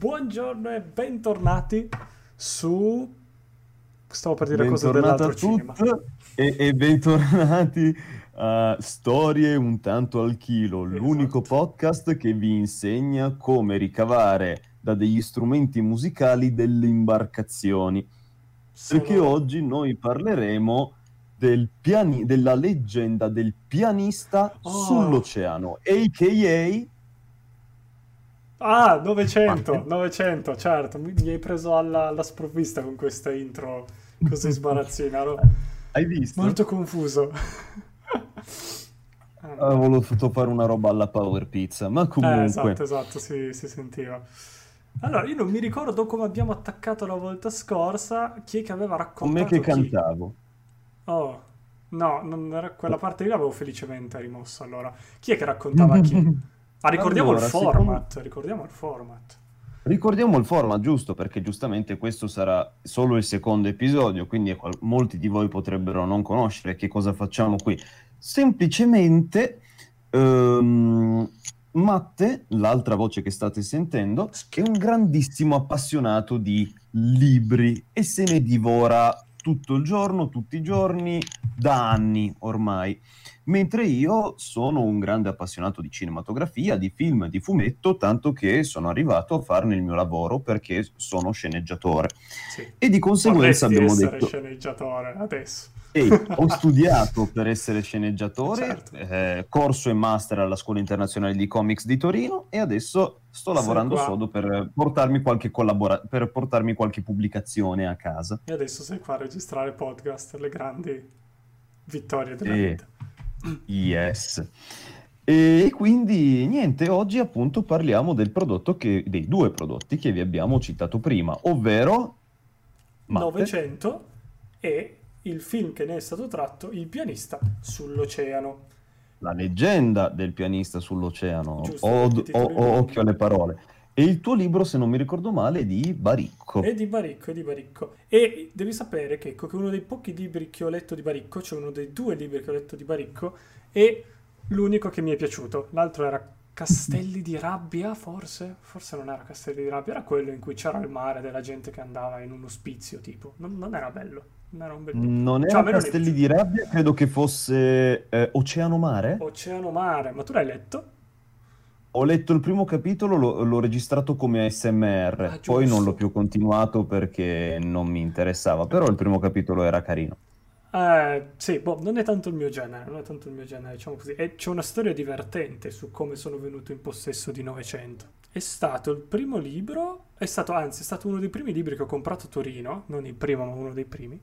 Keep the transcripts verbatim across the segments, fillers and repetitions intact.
Buongiorno e bentornati su... Stavo per dire cose Bentornato dell'altro a cinema. tutti e, e bentornati a Storie un tanto al chilo, l'unico Esatto. podcast che vi insegna come ricavare da degli strumenti musicali delle imbarcazioni. Perché Sono... oggi noi parleremo del piani- della leggenda del pianista Oh! sull'oceano, a k a. Ah, novecento, Matte. novecento, certo. Mi, mi hai preso alla, alla sprovvista con questa intro così sbarazzina. Ero Hai visto? molto confuso. Ho Allora. voluto fare una roba alla Power Pizza, ma Eh, esatto, comunque... esatto, si, si sentiva. Allora, io non mi ricordo come abbiamo attaccato la volta scorsa, chi è che aveva Con me che raccontato chi. cantavo. Oh, no, non era quella parte lì l'avevo felicemente rimossa allora. Chi è che raccontava chi? Ah, ricordiamo il Allora, siccome format, ricordiamo il format. ricordiamo il format giusto, perché giustamente questo sarà solo il secondo episodio, quindi qual- molti di voi potrebbero non conoscere che cosa facciamo qui. Semplicemente, ehm, Matte, l'altra voce che state sentendo, è un grandissimo appassionato di libri e se ne divora tutto il giorno, tutti i giorni, da anni ormai. Mentre io sono un grande appassionato di cinematografia, di film, di fumetto, tanto che sono arrivato a farne il mio lavoro perché sono sceneggiatore. Sì, E di conseguenza vorresti abbiamo essere detto, sceneggiatore adesso. ehi, ho studiato per essere sceneggiatore, Certo, eh, corso e master alla Scuola Internazionale di Comics di Torino e adesso sto sei lavorando qua. sodo per portarmi qualche collabora- per portarmi qualche pubblicazione a casa. E adesso sei qua a registrare podcast, le grandi vittorie della E vita. yes. E quindi niente, oggi appunto parliamo del prodotto che, dei due prodotti che vi abbiamo citato prima, ovvero Matte, novecento e il film che ne è stato tratto, Il pianista sull'oceano. la leggenda del pianista sull'oceano, Giusto, o, perché i o- titoli o- lunghi. occhio alle parole. E il tuo libro, se non mi ricordo male, è di E Baricco. di Baricco, e di Baricco. E devi sapere che, ecco, che uno dei pochi libri che ho letto di Baricco, cioè uno dei due libri che ho letto di Baricco, è l'unico che mi è piaciuto. L'altro era Castelli di Rabbia, forse? Forse non era Castelli di Rabbia, era quello in cui c'era il mare della gente che andava in un ospizio, tipo. Non, non era bello, non era un bel libro. Non Cioè, a era me non è Castelli di piaciuto. Rabbia, credo che fosse eh, Oceano Mare. Oceano Mare, ma tu l'hai letto? Ho letto il primo capitolo, l'ho l'ho registrato come A S M Ah, R, poi non l'ho giusto. più continuato perché non mi interessava, però il primo capitolo era carino. Eh, sì, boh, non è tanto il mio genere, non è tanto il mio genere, diciamo così. E c'è una storia divertente su come sono venuto in possesso di novecento. È stato il primo libro, è stato, anzi, è stato uno dei primi libri che ho comprato a Torino, non il primo, ma uno dei primi,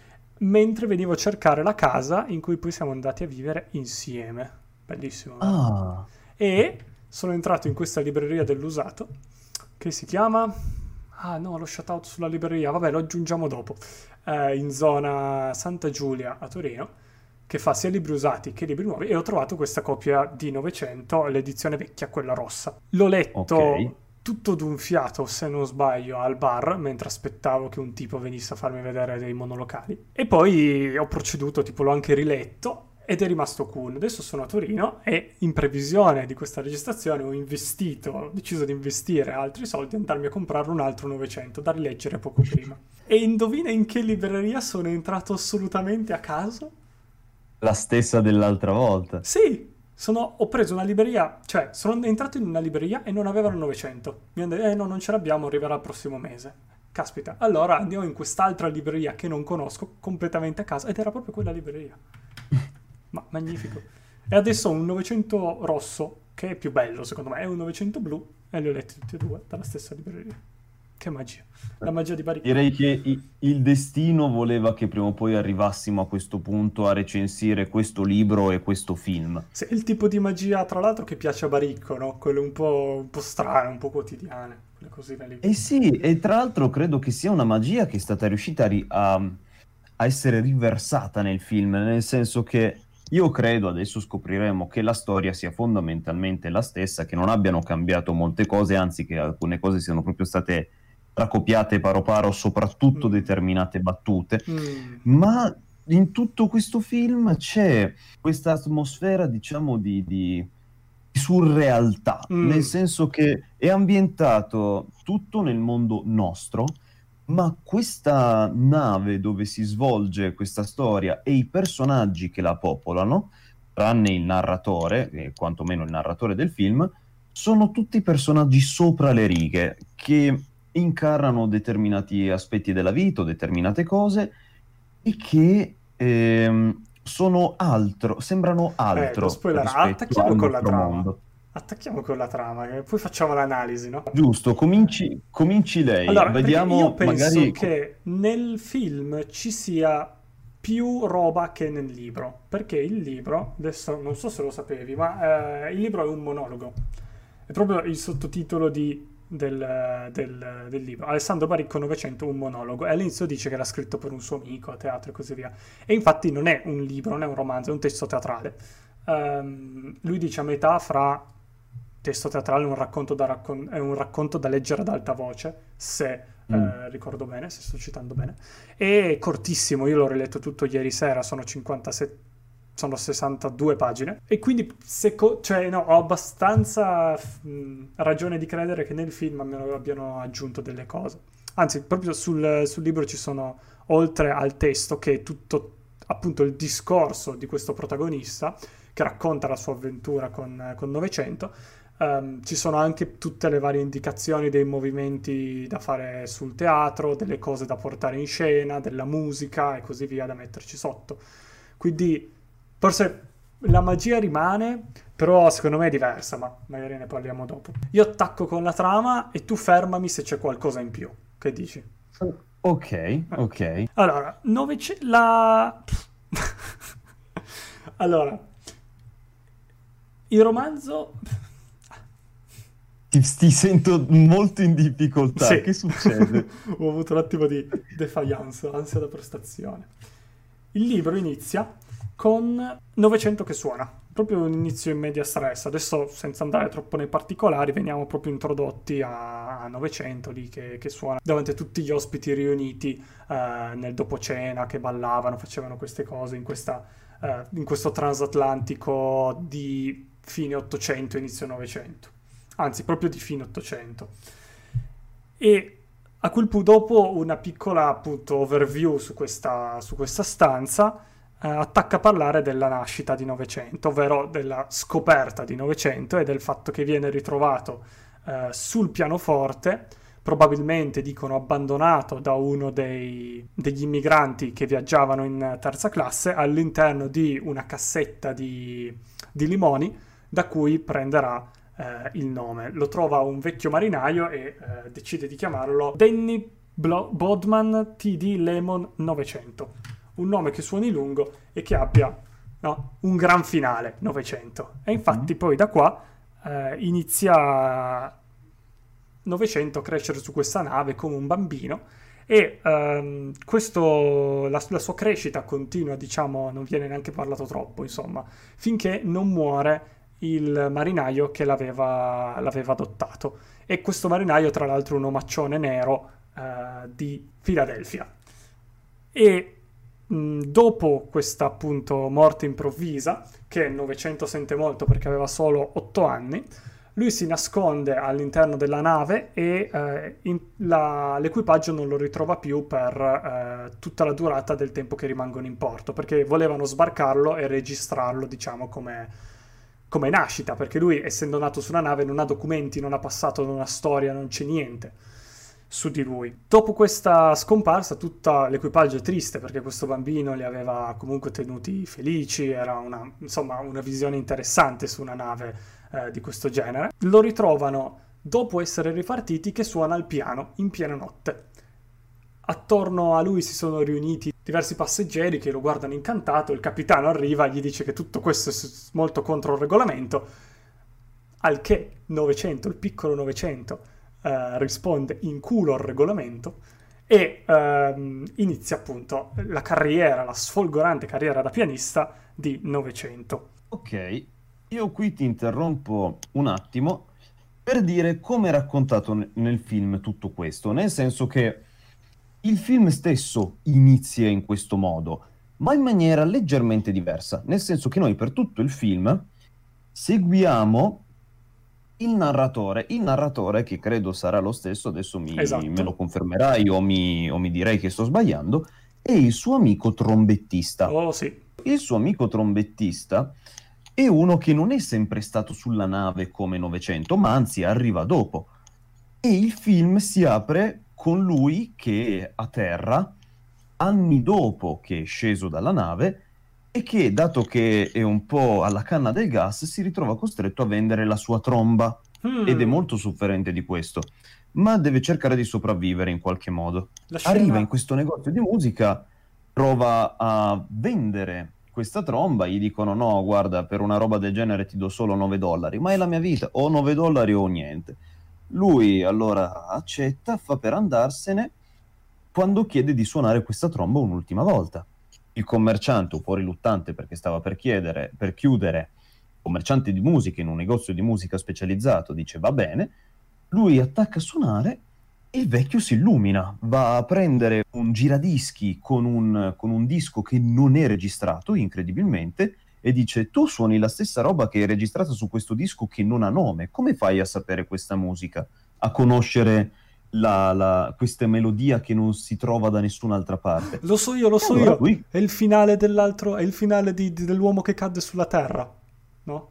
mentre venivo a cercare la casa in cui poi siamo andati a vivere insieme. Bellissimo, vero? Ah, E sono entrato in questa libreria dell'usato che si chiama... Ah no, lo shoutout sulla libreria, vabbè, lo aggiungiamo dopo. Eh, in zona Santa Giulia a Torino, che fa sia libri usati che libri nuovi, e ho trovato questa copia di novecento, l'edizione vecchia, quella rossa. L'ho ok. letto tutto d'un fiato, se non sbaglio, al bar, mentre aspettavo che un tipo venisse a farmi vedere dei monolocali. E poi ho proceduto, tipo l'ho anche riletto, ed è rimasto cool. Adesso sono a Torino e in previsione di questa registrazione ho investito, ho deciso di investire altri soldi e andarmi a comprare un altro novecento da rileggere poco prima. E indovina in che libreria sono entrato assolutamente a caso? La stessa dell'altra volta. Sì, sono- ho preso una libreria, cioè sono entrato in una libreria e non avevano novecento. Mi hanno detto, eh no, non ce l'abbiamo, arriverà il prossimo mese. Caspita, allora andiamo in quest'altra libreria che non conosco, completamente a caso, ed era proprio quella libreria. Ma magnifico. E adesso ho un novecento rosso, che è più bello secondo me, è un novecento blu, e li ho letti tutti e due dalla stessa libreria. Che magia. La magia di Baricco. Direi che i- il destino voleva che prima o poi arrivassimo a questo punto a recensire questo libro e questo film. Sì, è il tipo di magia, tra l'altro, che piace a Baricco, no? Quelle un po', un po' strane, un po' quotidiane, quelle cosine lì. E sì, e tra l'altro credo che sia una magia che è stata riuscita a, ri- a- a essere riversata nel film, nel senso che io credo, adesso scopriremo, che la storia sia fondamentalmente la stessa, che non abbiano cambiato molte cose, anzi che alcune cose siano proprio state tracopiate paro paro, soprattutto Mm. determinate battute, Mm. ma in tutto questo film c'è questa atmosfera, diciamo, di, di- di surrealtà, Mm. nel senso che è ambientato tutto nel mondo nostro, ma questa nave dove si svolge questa storia e i personaggi che la popolano, tranne il narratore, eh, quantomeno il narratore del film, sono tutti personaggi sopra le righe, che incarnano determinati aspetti della vita o determinate cose e che ehm, sono altro, sembrano Eh, t'ho altro spoilerato. rispetto Attacchiamo al con la nostro trama. mondo. Attacchiamo con la trama, e poi facciamo l'analisi, no? Giusto, cominci, cominci lei, Allora, perché io vediamo penso magari... che nel film ci sia più roba che nel libro, perché il libro, adesso non so se lo sapevi, ma eh, il libro è un monologo, è proprio il sottotitolo di- del, del- del libro, Alessandro Baricco Novecento, un monologo, e all'inizio dice che l'ha scritto per un suo amico a teatro e così via, e infatti non è un libro, non è un romanzo, è un testo teatrale. Ehm, lui dice a metà fra testo teatrale e un racconto da, raccon- è un racconto da leggere ad alta voce, se Mm. eh, ricordo bene, se sto citando bene. È cortissimo, io l'ho riletto tutto ieri sera, sono cinquantasette, sono sessantadue pagine. E quindi, seco- cioè, no, ho abbastanza mh, ragione di credere che nel film abbiano, abbiano aggiunto delle cose. Anzi, proprio sul, sul libro ci sono, oltre al testo, che è tutto appunto il discorso di questo protagonista che racconta la sua avventura con, con Novecento. Ehm, ci sono anche tutte le varie indicazioni dei movimenti da fare sul teatro, delle cose da portare in scena, della musica e così via da metterci sotto. Quindi forse la magia rimane, però secondo me è diversa, ma magari ne parliamo dopo. Io attacco con la trama e tu fermami se c'è qualcosa in più. Che dici? Ok, ok. Allora, novece- la... allora, il romanzo... Ti, ti sento molto in difficoltà, Sì, che succede? ho avuto un attimo di defiance, ansia da prestazione. Il libro inizia con Novecento che suona, proprio un inizio in media stress. Adesso, senza andare troppo nei particolari, veniamo proprio introdotti a, a Novecento lì che, che suona davanti a tutti gli ospiti riuniti eh, nel dopocena, che ballavano, facevano queste cose in, questa, eh, in questo transatlantico di fine Ottocento, inizio Novecento. Anzi, proprio di fine Ottocento. E a quel punto, dopo una piccola appunto overview su questa, su questa stanza, eh, attacca a parlare della nascita di Novecento, ovvero della scoperta di Novecento e del fatto che viene ritrovato eh, sul pianoforte, probabilmente dicono abbandonato da uno dei, degli immigranti che viaggiavano in terza classe, all'interno di una cassetta di, di limoni da cui prenderà eh, il nome. Lo trova un vecchio marinaio e eh, decide di chiamarlo Denny Blo- Bodman T D Lemon Novecento. Un nome che suoni lungo e che abbia, no, un gran finale, Novecento. E infatti poi da qua eh, inizia Novecento a crescere su questa nave come un bambino e ehm, questo, la, la sua crescita continua, diciamo, non viene neanche parlato troppo, insomma, finché non muore il marinaio che l'aveva, l'aveva adottato. E questo marinaio, tra l'altro, è un omaccione nero eh, di Filadelfia. E mh, dopo questa appunto morte improvvisa, che Novecento sente molto perché aveva solo otto anni, lui si nasconde all'interno della nave e eh, in- la- l'equipaggio non lo ritrova più per eh, tutta la durata del tempo che rimangono in porto, perché volevano sbarcarlo e registrarlo, diciamo, come, come nascita, perché lui, essendo nato su una nave, non ha documenti, non ha passato, non ha storia, non c'è niente su di lui. Dopo questa scomparsa, tutto l'equipaggio è triste perché questo bambino li aveva comunque tenuti felici, era una, insomma, una visione interessante su una nave eh, di questo genere. Lo ritrovano dopo essere ripartiti che suona il piano in piena notte. Attorno a lui si sono riuniti diversi passeggeri che lo guardano incantato, il capitano arriva e gli dice che tutto questo è s- molto contro il regolamento, al che Novecento, il piccolo Novecento, eh, risponde in culo al regolamento e ehm, inizia appunto la carriera, la sfolgorante carriera da pianista di Novecento. Ok, io qui ti interrompo un attimo per dire come è raccontato ne- nel film tutto questo, nel senso che il film stesso inizia in questo modo, ma in maniera leggermente diversa, nel senso che noi per tutto il film seguiamo il narratore, il narratore che credo sarà lo stesso, adesso mi, me lo Esatto. confermerai o mi, o mi direi che sto sbagliando, è il suo amico trombettista. Oh sì. Il suo amico trombettista è uno che non è sempre stato sulla nave come Novecento, ma anzi arriva dopo. E il film si apre con lui che è a terra, anni dopo che è sceso dalla nave, e che, dato che è un po' alla canna del gas, si ritrova costretto a vendere la sua tromba. Ed è Mm, molto sofferente di questo, ma deve cercare di sopravvivere in qualche modo. la Arriva in scena... questo negozio di musica, prova a vendere questa tromba, gli dicono no, guarda, per una roba del genere ti do solo nove dollari, ma è la mia vita, o nove dollari o niente. Lui allora accetta, fa per andarsene, quando chiede di suonare questa tromba un'ultima volta. Il commerciante, un po' riluttante perché stava per chiedere, per chiudere, commerciante di musica in un negozio di musica specializzato, dice va bene, lui attacca a suonare e il vecchio si illumina, va a prendere un giradischi con un, con un disco che non è registrato, incredibilmente, e dice tu suoni la stessa roba che è registrata su questo disco che non ha nome, come fai a sapere questa musica, a conoscere la, la- questa melodia che non si trova da nessun'altra parte? Lo so io, lo E so allora io. lui... È il finale dell'altro, è il finale di- di- dell'uomo che cadde sulla terra, no?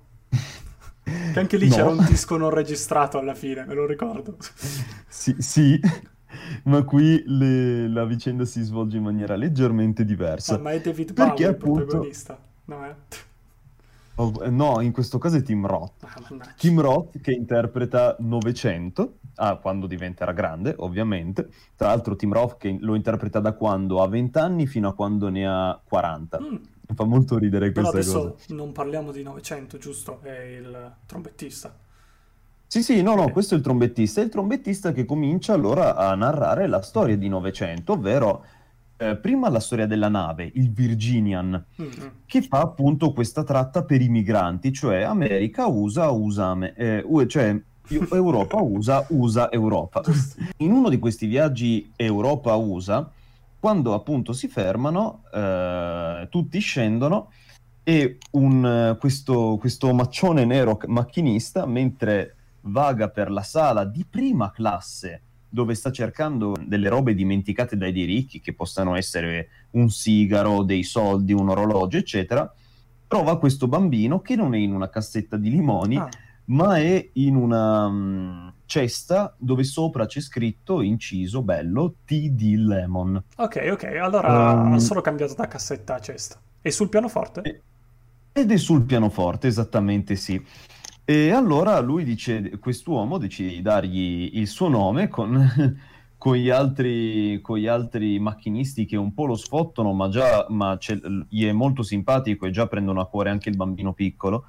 Che anche lì c'era No, un disco non registrato alla fine, me lo ricordo. sì, sì, ma qui le- la vicenda si svolge in maniera leggermente Ma, diversa, ma è David perché Bowie il appunto... protagonista, no? Eh? Oh, eh, no, in questo caso è Tim Roth. Ah, mannaggia. Tim Roth che interpreta Novecento, ah, quando diventerà grande, ovviamente. Tra l'altro Tim Roth che lo interpreta da quando ha venti anni fino a quando ne ha quaranta. Mm, Mi fa molto ridere però questa cosa. adesso non parliamo di Novecento, giusto? È il trombettista. Sì, sì, no, no, Ok. questo è il trombettista. È il trombettista che comincia allora a narrare la storia di Novecento, ovvero eh, prima la storia della nave, il Virginian, Mm, mm. che fa appunto questa tratta per i migranti, cioè America usa, usa, Ame- eh, U- cioè io- Europa usa, usa Europa. Giusto. In uno di questi viaggi Europa-U S A, quando appunto si fermano, eh, tutti scendono e un, eh, questo, questo omaccione nero c- macchinista, mentre vaga per la sala di prima classe, dove sta cercando delle robe dimenticate dai dei ricchi, che possano essere un sigaro, dei soldi, un orologio, eccetera, trova questo bambino che non è in una cassetta di limoni, Ah, ma è in una mm, cesta dove sopra c'è scritto, inciso, bello, T D Lemon. ok, ok. Allora ha Ehm, solo cambiato da cassetta a cesta. E sul pianoforte? e- ed è sul pianoforte, esattamente sì. E allora lui dice, quest'uomo decide di dargli il suo nome con, con gli altri, con gli altri macchinisti che un po' lo sfottono, ma già ma c'è- gli è molto simpatico e già prendono a cuore anche il bambino piccolo.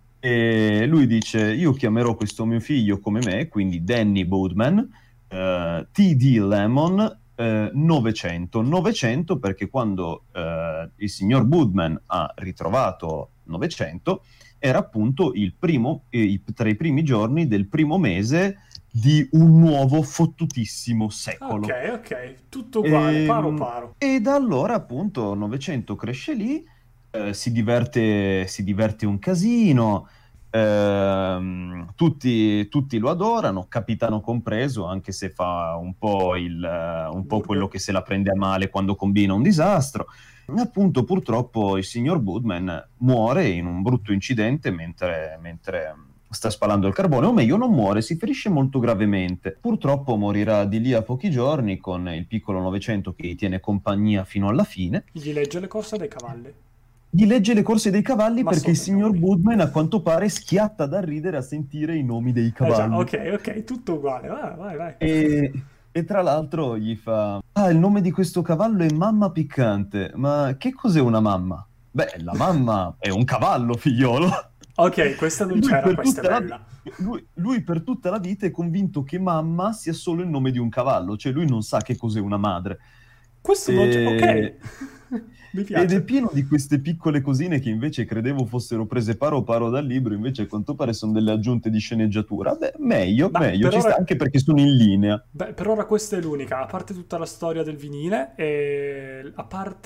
E lui dice, io chiamerò questo mio figlio come me, quindi Danny Boudman, eh, T D Lemon, eh, novecento. novecento perché quando eh, il signor Boudman ha ritrovato novecento, era appunto il primo, eh, i- tra i primi giorni del primo mese di un nuovo fottutissimo Ok, secolo. ok. Tutto uguale, paro E, paro. e da allora appunto novecento cresce lì, eh, si diverte, si diverte un casino, ehm, tutti, tutti lo adorano, Capitano compreso, anche se fa un po', il, eh, un po' quello Burger. che se la prende a male quando combina un disastro. Appunto, purtroppo il signor Boodman muore in un brutto incidente mentre, mentre sta spalando il carbone, o meglio, non muore, si ferisce molto gravemente. Purtroppo morirà di lì a pochi giorni con il piccolo Novecento che gli tiene compagnia fino alla fine. Gli legge le corse dei cavalli. Gli legge le corse dei cavalli Ma perché il solo i signor nomi. Boodman a quanto pare schiatta da ridere a sentire i nomi dei Eh già, cavalli. ok, ok, tutto uguale. Vai, vai, vai. E, e tra l'altro gli fa: ah, il nome di questo cavallo è Mamma Piccante. Ma che cos'è una mamma? Beh, la mamma è un cavallo, figliolo. Ok, questa E non lui c'era, per questa è tutta la, vi- bella. lui- lui per tutta la vita è convinto che mamma sia solo il nome di un cavallo, cioè lui non sa che cos'è una madre. Questo non c'è... Ok. E- Mi Ed è piace. pieno di queste piccole cosine che invece credevo fossero prese paro paro dal libro, invece a quanto pare sono delle aggiunte di sceneggiatura. Beh, meglio, Ma meglio, per ci sta ora... anche perché sono in linea. Beh, per ora questa è l'unica, a parte tutta la storia del vinile e a parte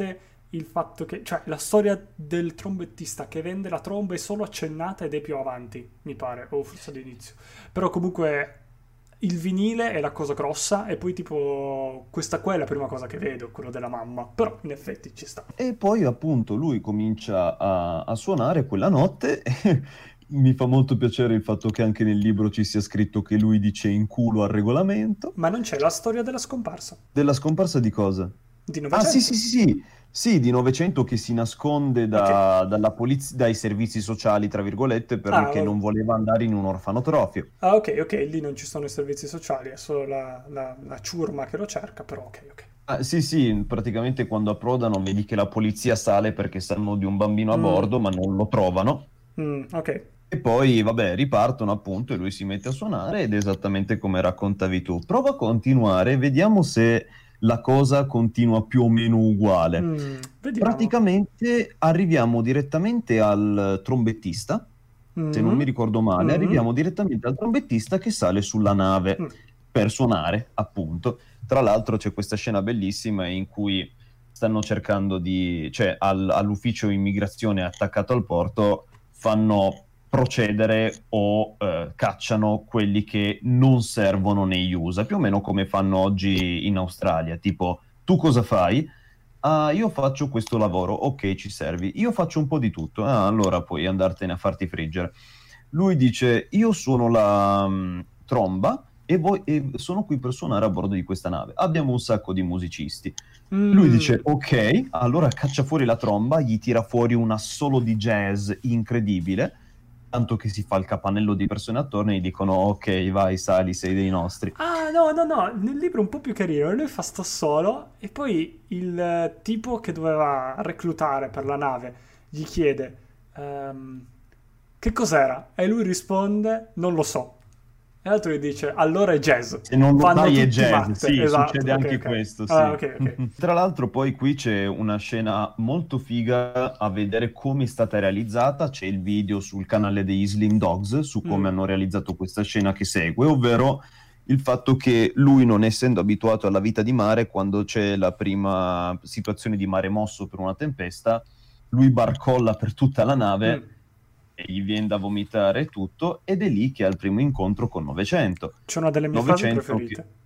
il fatto che, cioè, la storia del trombettista che vende la tromba è solo accennata ed è più avanti, mi pare, o forse all'inizio. Però comunque il vinile è la cosa grossa e poi tipo questa qua è la prima cosa che vedo, quello della mamma. Però in effetti ci sta. E poi appunto lui comincia a, a suonare quella notte. E mi fa molto piacere il fatto che anche nel libro ci sia scritto che lui dice in culo al regolamento. Ma non c'è la storia della scomparsa Della scomparsa di cosa? di Ah, sì, Novecento. sì, sì, sì, sì, di Novecento che si nasconde Ok. da- dalla polizia, dai servizi sociali, tra virgolette, Ah, perché oh. non voleva andare in un orfanotrofio. Ah, ok, ok, lì non ci sono i servizi sociali, è solo la, la- la ciurma che lo cerca, però ok, ok. Ah, sì, sì, praticamente quando approdano vedi che la polizia sale perché sanno di un bambino a Mm, bordo, ma non lo trovano. mm, ok. E poi, vabbè, ripartono appunto e lui si mette a suonare ed è esattamente come raccontavi tu. Prova a continuare, vediamo se la cosa continua più o meno uguale. Mm, vediamo. Praticamente arriviamo direttamente al trombettista, se non mi Mm, ricordo male, mm, arriviamo direttamente al trombettista che sale sulla nave mm. per suonare, appunto. Tra l'altro c'è questa scena bellissima in cui stanno cercando di, cioè al- all'ufficio immigrazione attaccato al porto, fanno procedere o eh, cacciano quelli che non servono negli U S A, più o meno come fanno oggi in Australia, tipo tu cosa fai? Ah, io faccio questo lavoro, ok, ci servi. Io faccio un po' di tutto, ah, allora puoi andartene a farti friggere. Lui dice, io suono la mm, tromba e, voi- e sono qui per suonare a bordo di questa nave. Abbiamo un sacco di musicisti. Lui dice, Mm. ok, allora caccia fuori la tromba, gli tira fuori un assolo di jazz incredibile, tanto che si fa il capannello di persone attorno e gli dicono, ok, vai, sali, sei dei nostri. Ah, no, no, no, nel libro è un po' più carino, lui fa sto solo e poi il eh, tipo che doveva reclutare per la nave gli chiede ehm, che cos'era? E lui risponde non lo so. E l'altro gli dice allora è jazz. Se non lo Fanno sai è tutti jazz, matte. sì, Esatto, succede ok, anche ok. questo, Ah, sì. ok, ok. Tra l'altro poi qui c'è una scena molto figa a vedere come è stata realizzata, c'è il video sul canale degli Slim Dogs su come Mm, hanno realizzato questa scena che segue, ovvero il fatto che lui, non essendo abituato alla vita di mare, quando c'è la prima situazione di mare mosso per una tempesta, lui barcolla per tutta la mm. nave e gli viene da vomitare e tutto, ed è lì che ha il primo incontro con Novecento. C'è una delle mie frasi Novecento che preferite.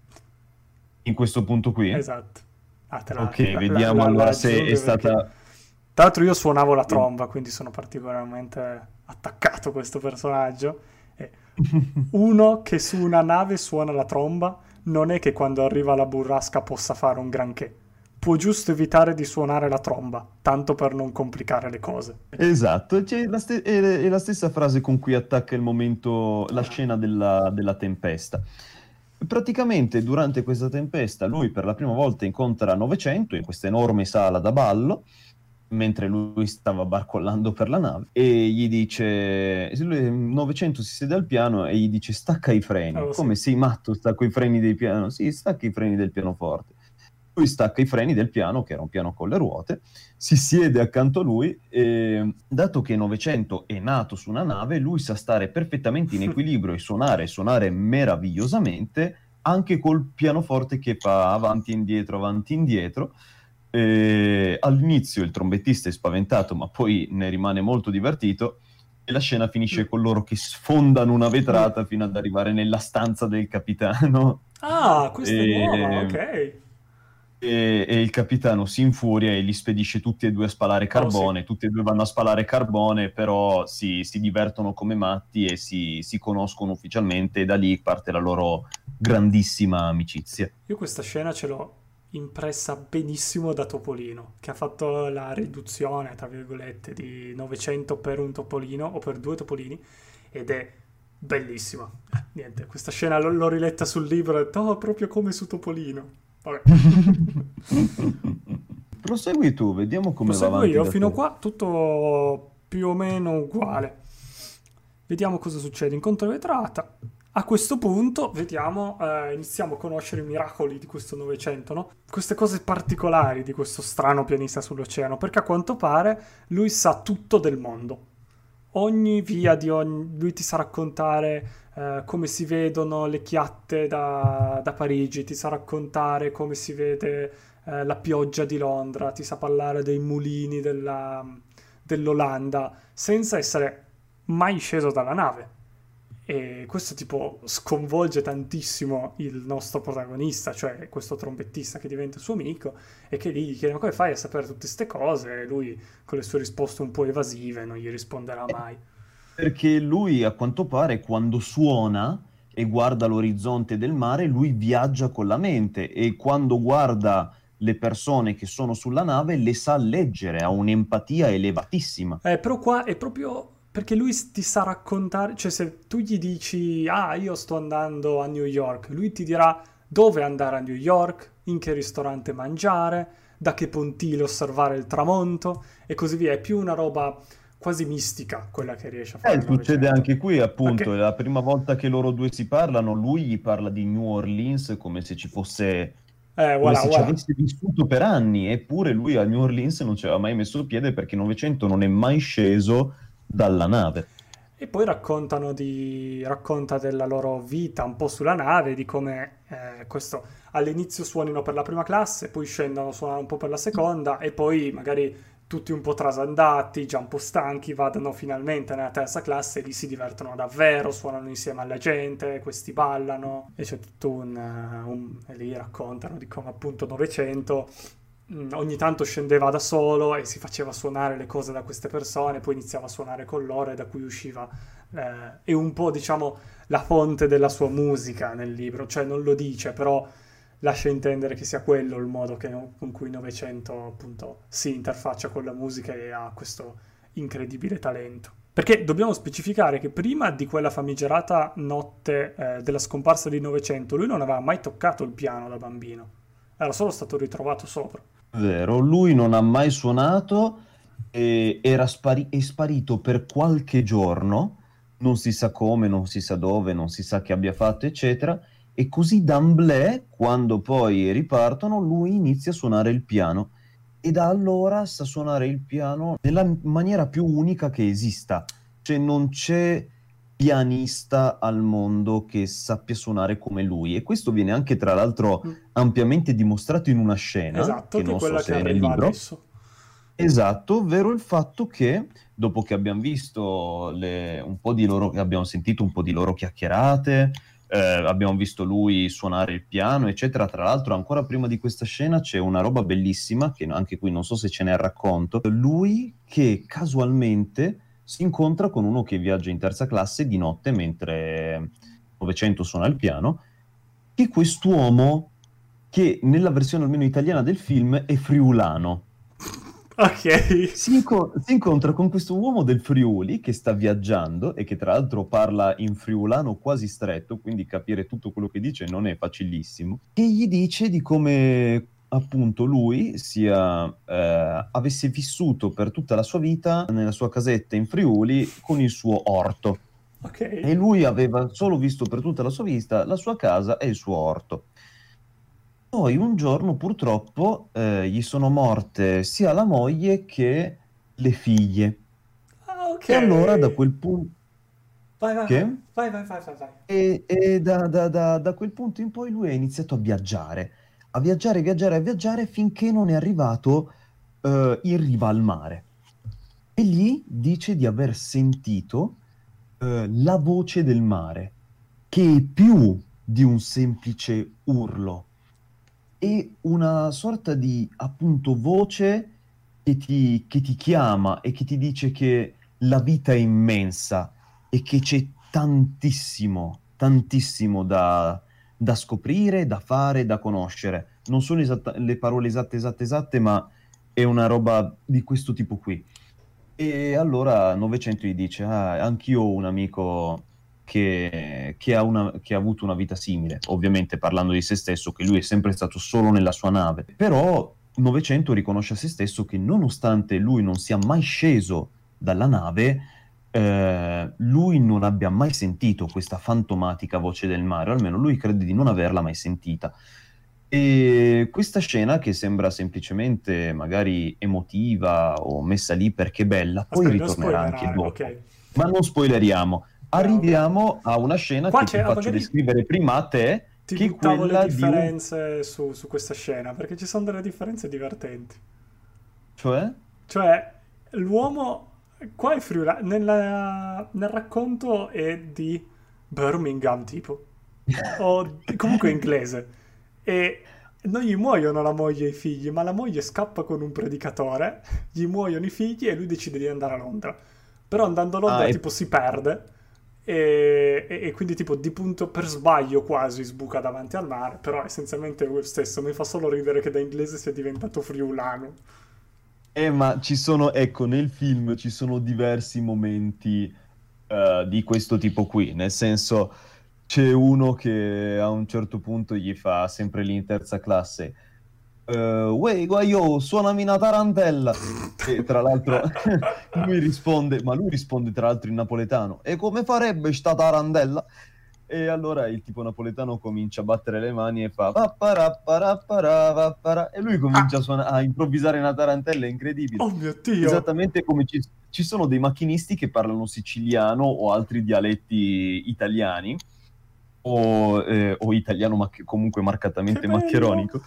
in questo punto qui? Esatto. Ah, te la, Ok, la, la, vediamo la- la allora se è aggiungo perché... stata... Tra l'altro io suonavo la tromba, quindi sono particolarmente attaccato a questo personaggio. E uno che su una nave suona la tromba non è che quando arriva la burrasca possa fare un granché. Può giusto evitare di suonare la tromba, tanto per non complicare le cose. Esatto, c'è la ste- è, è la stessa frase con cui attacca il momento, la Ah, scena della, della tempesta. Praticamente durante questa tempesta lui per la prima volta incontra Novecento in questa enorme sala da ballo, mentre lui stava barcollando per la nave, e gli dice, se lui- Novecento si siede al piano e gli dice stacca i freni, oh, sì. come sei matto, stacco i freni del piano? Sì, stacca i freni del pianoforte. Lui stacca i freni del piano, che era un piano con le ruote, si siede accanto a lui e, dato che Novecento è nato su una nave, lui sa stare perfettamente in equilibrio e suonare, suonare meravigliosamente, anche col pianoforte che fa avanti e indietro, avanti e indietro. E all'inizio il trombettista è spaventato, ma poi ne rimane molto divertito. E la scena finisce Mm, con loro che sfondano una mm. vetrata fino ad arrivare nella stanza del capitano. Ah, questa è nuova, E, ok. e- e il capitano si infuria e li spedisce tutti e due a spalare Oh, sì. carbone. Tutti e due vanno a spalare carbone, però si, si divertono come matti e si, si conoscono ufficialmente, e da lì parte la loro grandissima amicizia. Io questa scena ce l'ho impressa benissimo da Topolino, che ha fatto la riduzione, tra virgolette, di Novecento per un Topolino o per due Topolini ed è bellissima. Eh, Niente, questa scena l- l'ho riletta sul libro e ho detto, oh, proprio come su Topolino. Vabbè. Prosegui tu, vediamo come va Proseguo avanti io, da fino a te. qua tutto più o meno uguale. Vediamo cosa succede. Incontro vetrata. A questo punto, vediamo, eh, iniziamo a conoscere i miracoli di questo Novecento, no? Queste cose particolari di questo strano pianista sull'oceano, perché a quanto pare lui sa tutto del mondo. Ogni via di ogni... lui ti sa raccontare eh, come si vedono le chiatte da, da Parigi, ti sa raccontare come si vede eh, la pioggia di Londra, ti sa parlare dei mulini della- dell'Olanda, senza essere mai sceso dalla nave. E questo tipo sconvolge tantissimo il nostro protagonista, cioè questo trombettista che diventa suo amico e che gli chiede: ma come fai a sapere tutte queste cose? E lui, con le sue risposte un po' evasive, non gli risponderà mai. Perché lui, a quanto pare, quando suona e guarda l'orizzonte del mare, lui viaggia con la mente e quando guarda le persone che sono sulla nave le sa leggere, ha un'empatia elevatissima. Eh, però qua è proprio perché lui s- ti sa raccontare, cioè se tu gli dici: ah, io sto andando a New York, lui ti dirà dove andare a New York, in che ristorante mangiare, da che pontile osservare il tramonto e così via. È più una roba quasi mistica quella che riesce a fare Eh, il succede Novecento. anche qui, appunto, è Perché, la prima volta che loro due si parlano, lui gli parla di New Orleans come se ci fosse, eh, come voilà, se ci voilà. avesse vissuto per anni, eppure lui a New Orleans non ci aveva mai messo piede perché Novecento non è mai sceso dalla nave. E poi raccontano di, racconta della loro vita un po' sulla nave, di come eh, questo all'inizio suonino per la prima classe, poi scendono, suonano un po' per la seconda e poi magari tutti un po' trasandati, già un po' stanchi, vadano finalmente nella terza classe e lì si divertono davvero, suonano insieme alla gente, questi ballano e c'è tutto un... eh, un- e lì raccontano di come appunto Novecento mh, ogni tanto scendeva da solo e si faceva suonare le cose da queste persone, poi iniziava a suonare con loro e da cui usciva eh, è un po' diciamo la fonte della sua musica nel libro, cioè non lo dice, però lascia intendere che sia quello il modo che- con cui Novecento appunto si interfaccia con la musica e ha questo incredibile talento. Perché dobbiamo specificare che prima di quella famigerata notte eh, della scomparsa di Novecento, lui non aveva mai toccato il piano da bambino, era solo stato ritrovato sopra. Vero, lui non ha mai suonato, e era spari- è sparito per qualche giorno, non si sa come, non si sa dove, non si sa che abbia fatto, eccetera, e così d'amblè, quando poi ripartono, lui inizia a suonare il piano e da allora sa suonare il piano nella maniera più unica che esista, cioè non c'è pianista al mondo che sappia suonare come lui e questo viene anche tra l'altro Mm. ampiamente dimostrato in una scena, Esatto, che che è non so quella che se è nel arriva libro, adesso. esatto, ovvero il fatto che dopo che abbiamo visto le- un po' di loro, abbiamo sentito un po' di loro chiacchierate, eh, abbiamo visto lui suonare il piano, eccetera. Tra l'altro, ancora prima di questa scena c'è una roba bellissima, che anche qui non so se ce n'è il racconto, lui che casualmente si incontra con uno che viaggia in terza classe di notte mentre Novecento suona il piano, che quest'uomo, che nella versione almeno italiana del film è friulano. Ok. Si, inco- si incontra con questo uomo del Friuli che sta viaggiando e che tra l'altro parla in friulano quasi stretto, quindi capire tutto quello che dice non è facilissimo, e gli dice di come appunto lui sia, eh, avesse vissuto per tutta la sua vita nella sua casetta in Friuli con il suo orto. Ok. E lui aveva solo visto per tutta la sua vita la sua casa e il suo orto. Poi un giorno purtroppo eh, gli sono morte sia la moglie che le figlie. Ah, ok. E allora da quel punto Vai, vai, vai. che? Vai, vai, vai, vai, vai. E, e da, da- da- da quel punto in poi lui ha iniziato a viaggiare, a viaggiare, viaggiare, a viaggiare finché non è arrivato eh, in riva al mare. E lì dice di aver sentito eh, la voce del mare, che è più di un semplice urlo, è una sorta di appunto voce che ti, che ti chiama e che ti dice che la vita è immensa e che c'è tantissimo, tantissimo da, da scoprire, da fare, da conoscere. Non sono esatta- le parole esatte, esatte, esatte, ma è una roba di questo tipo qui. E allora Novecento gli dice, ah, anch'io ho un amico che, che ha una- che ha avuto una vita simile, ovviamente parlando di se stesso, che lui è sempre stato solo nella sua nave, però Novecento riconosce a se stesso che nonostante lui non sia mai sceso dalla nave, eh, lui non abbia mai sentito questa fantomatica voce del mare, o almeno lui crede di non averla mai sentita. E questa scena, che sembra semplicemente magari emotiva o messa lì perché è bella, poi Aspetta, non ritornerà anche spoilerare, dopo. ok. Ma non spoileriamo. Bravo, bravo. arriviamo a una scena Qua che c'è, ti ah, faccio magari descrivere prima a te, ti che è buttavo le quella di un... differenze su, su questa scena, perché ci sono delle differenze divertenti. Cioè? Cioè, l'uomo, qua è Friuli, nella- nel racconto è di Birmingham, tipo, o di- comunque è inglese, e non gli muoiono la moglie e i figli, ma la moglie scappa con un predicatore, gli muoiono i figli e lui decide di andare a Londra. Però andando a Ah, Londra, e tipo, si perde, e, e- e quindi, tipo, di punto per sbaglio quasi sbuca davanti al mare, però essenzialmente è lo stesso, mi fa solo ridere che da inglese sia diventato friulano. Eh, ma ci sono, ecco, nel film ci sono diversi momenti eh, di questo tipo qui, nel senso c'è uno che a un certo punto gli fa sempre lì in terza classe, eh, Uè, guaio, suonami una tarantella. E tra l'altro lui risponde, ma lui risponde tra l'altro in napoletano, e come farebbe sta tarantella? E allora il tipo napoletano comincia a battere le mani e fa "Papparapparapparà, papparà", e lui Ah, comincia a, suona- a improvvisare una tarantella incredibile. oh mio Dio! Esattamente come ci, ci sono dei macchinisti che parlano siciliano o altri dialetti italiani, o, eh, o italiano ma comunque Che marcatamente bello! maccheronico.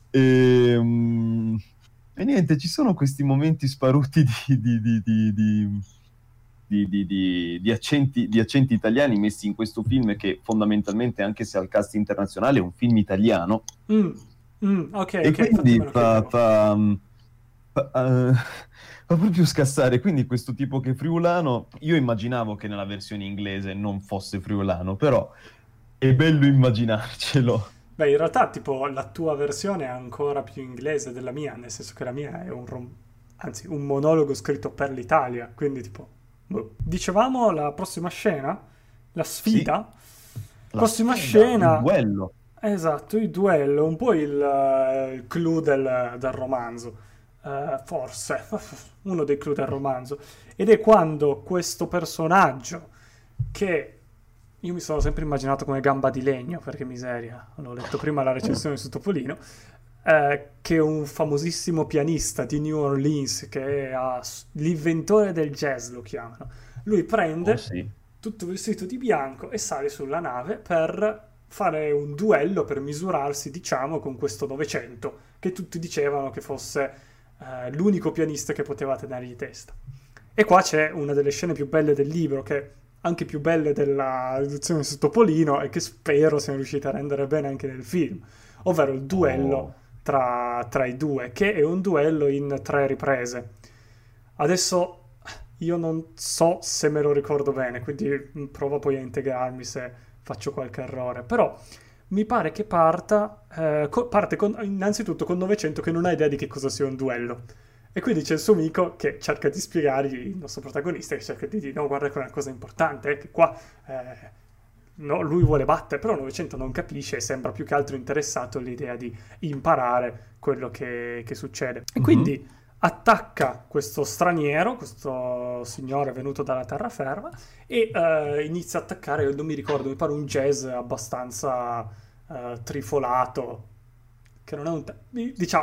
E, mm, e niente, ci sono questi momenti sparuti di, di- di- di- di- di, di- di- di accenti, di accenti italiani messi in questo film che fondamentalmente, anche se al cast internazionale, è un film italiano. Mm, mm, ok, E ok, infatti me quindi lo fa, chiedevo. fa, mm, fa, eh, fa proprio scassare. Quindi questo tipo che è friulano, io immaginavo che nella versione inglese non fosse friulano, però è bello immaginarcelo. Beh, in realtà, tipo, la tua versione è ancora più inglese della mia, nel senso che la mia è un, rom- anzi, un monologo scritto per l'Italia, quindi, tipo, boh. Dicevamo la prossima scena, la Sì, sfida. la Prossima sfida, il scena, duello. esatto, il duello, un po' il, eh, il clou del, del romanzo. Eh, forse, uno dei clou del romanzo. Ed è quando questo personaggio, che io mi sono sempre immaginato come Gamba di Legno, perché miseria, l'ho letto prima la recensione su Topolino, eh, che è un famosissimo pianista di New Orleans, che è ah, l'inventore del jazz, lo chiamano. Lui Oh prende sì. tutto vestito di bianco e sale sulla nave per fare un duello, per misurarsi, diciamo, con questo Novecento, che tutti dicevano che fosse eh, l'unico pianista che poteva tenergli testa. E qua c'è una delle scene più belle del libro, che anche più belle della riduzione su Topolino e che spero siano riusciti a rendere bene anche nel film, ovvero il duello Oh. tra, tra i due, che è un duello in tre riprese. Adesso io non so se me lo ricordo bene, quindi mm, provo poi a integrarmi se faccio qualche errore, però mi pare che parta, eh, co- parte con- innanzitutto con Novecento che non ha idea di che cosa sia un duello. E quindi c'è il suo amico che cerca di spiegargli, il nostro protagonista, che cerca di dire, no, guarda che è una cosa importante, eh, che qua eh, no, lui vuole battere, però Novecento non capisce e sembra più che altro interessato all'idea di imparare quello che, che succede. E Mhm. quindi attacca questo straniero, questo signore venuto dalla terraferma, e eh, inizia a attaccare, non mi ricordo, mi pare un jazz abbastanza eh, trifolato, che non è un... te- diciamo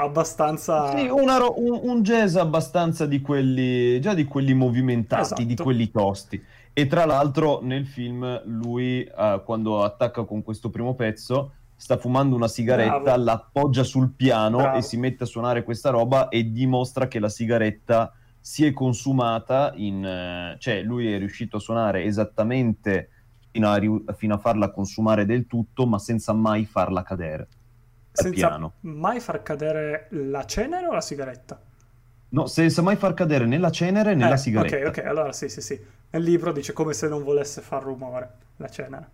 Sì, abbastanza... una ro- un, un jazz abbastanza di quelli, già di quelli movimentati, di Esatto, quelli tosti. E tra l'altro nel film lui, eh, quando attacca con questo primo pezzo, sta fumando una sigaretta, bravo, l'appoggia sul piano e bravo. si mette a suonare questa roba e dimostra che la sigaretta si è consumata in... eh, cioè lui è riuscito a suonare esattamente fino a, riu- fino a farla consumare del tutto, ma senza mai farla cadere dal Senza piano. mai far cadere la cenere o la sigaretta? No, senza mai far cadere né la cenere né la Eh, ok, ok, sigaretta. allora sì, sì, sì. Nel libro dice come se non volesse far rumore, la cenere.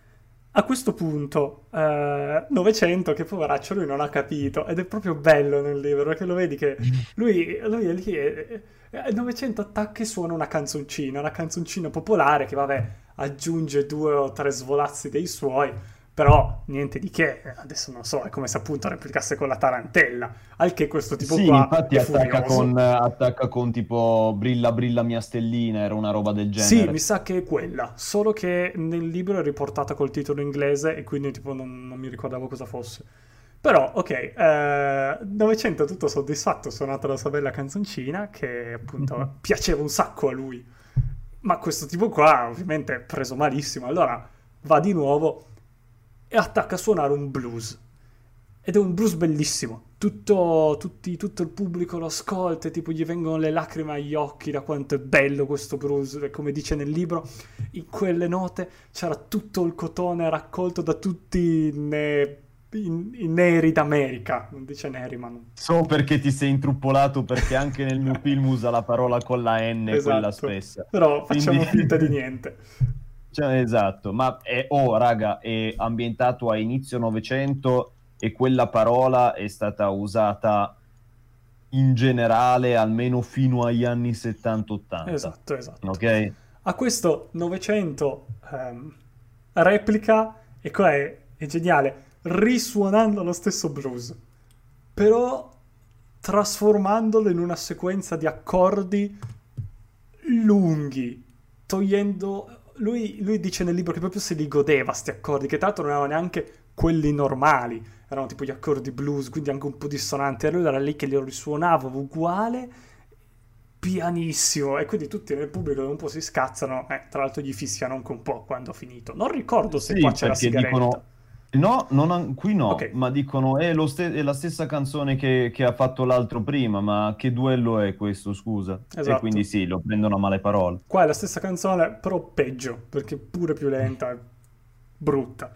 A questo punto, eh, Novecento, che poveraccio, lui non ha capito, ed è proprio bello nel libro, perché lo vedi che lui, lui è lì e, e Novecento attacca e suona una canzoncina, una canzoncina popolare che, vabbè, aggiunge due o tre svolazzi dei suoi, però niente di che, adesso non so, è come se appunto replicasse con la tarantella, al che questo tipo Sì, qua infatti è attacca con, furioso. attacca con tipo Brilla brilla mia stellina, era una roba del Sì, mi genere. sa che è quella, solo che nel libro è riportata col titolo inglese e quindi tipo non, non mi ricordavo cosa fosse. Però, ok, eh, Novecento tutto soddisfatto, ha suonato la sua bella canzoncina che appunto piaceva un sacco a lui. Ma questo tipo qua ovviamente è preso malissimo, allora va di nuovo e attacca a suonare un blues. Ed è un blues bellissimo. Tutto, tutti- tutto il pubblico lo ascolta e tipo gli vengono le lacrime agli occhi da quanto è bello questo blues. E come dice nel libro, in quelle note c'era tutto il cotone raccolto da tutti i, ne- i- i neri d'America. Non dice neri, ma non... So perché ti sei intruppolato, perché anche nel mio film usa la parola con la N, quella Esatto. spessa. Però Quindi... facciamo finta di niente. Cioè, esatto, ma è, oh, raga, è ambientato a inizio Novecento e quella parola è stata usata in generale almeno fino agli anni settanta ottanta, Esatto, esatto. ok? A questo Novecento ehm, replica, e qua è, è geniale, risuonando lo stesso blues, però trasformandolo in una sequenza di accordi lunghi, togliendo... Lui, lui dice nel libro che proprio se li godeva sti accordi, che tra l'altro non erano neanche quelli normali, erano tipo gli accordi blues, quindi anche un po' dissonanti, e lui era lì che li risuonava uguale, pianissimo, e quindi tutti nel pubblico un po' si scazzano, eh, tra l'altro gli fischiano anche un po' quando ha finito. Non ricordo se qua Sì, c'è la perché sigaretta. dicono, no, non an- qui Ok, no, ma dicono è, lo ste- è la stessa canzone che, che ha fatto l'altro prima, ma che duello è questo, scusa? E quindi esatto. sì, lo prendono a male parole. Qua è la stessa canzone, però peggio, perché è pure più lenta e brutta.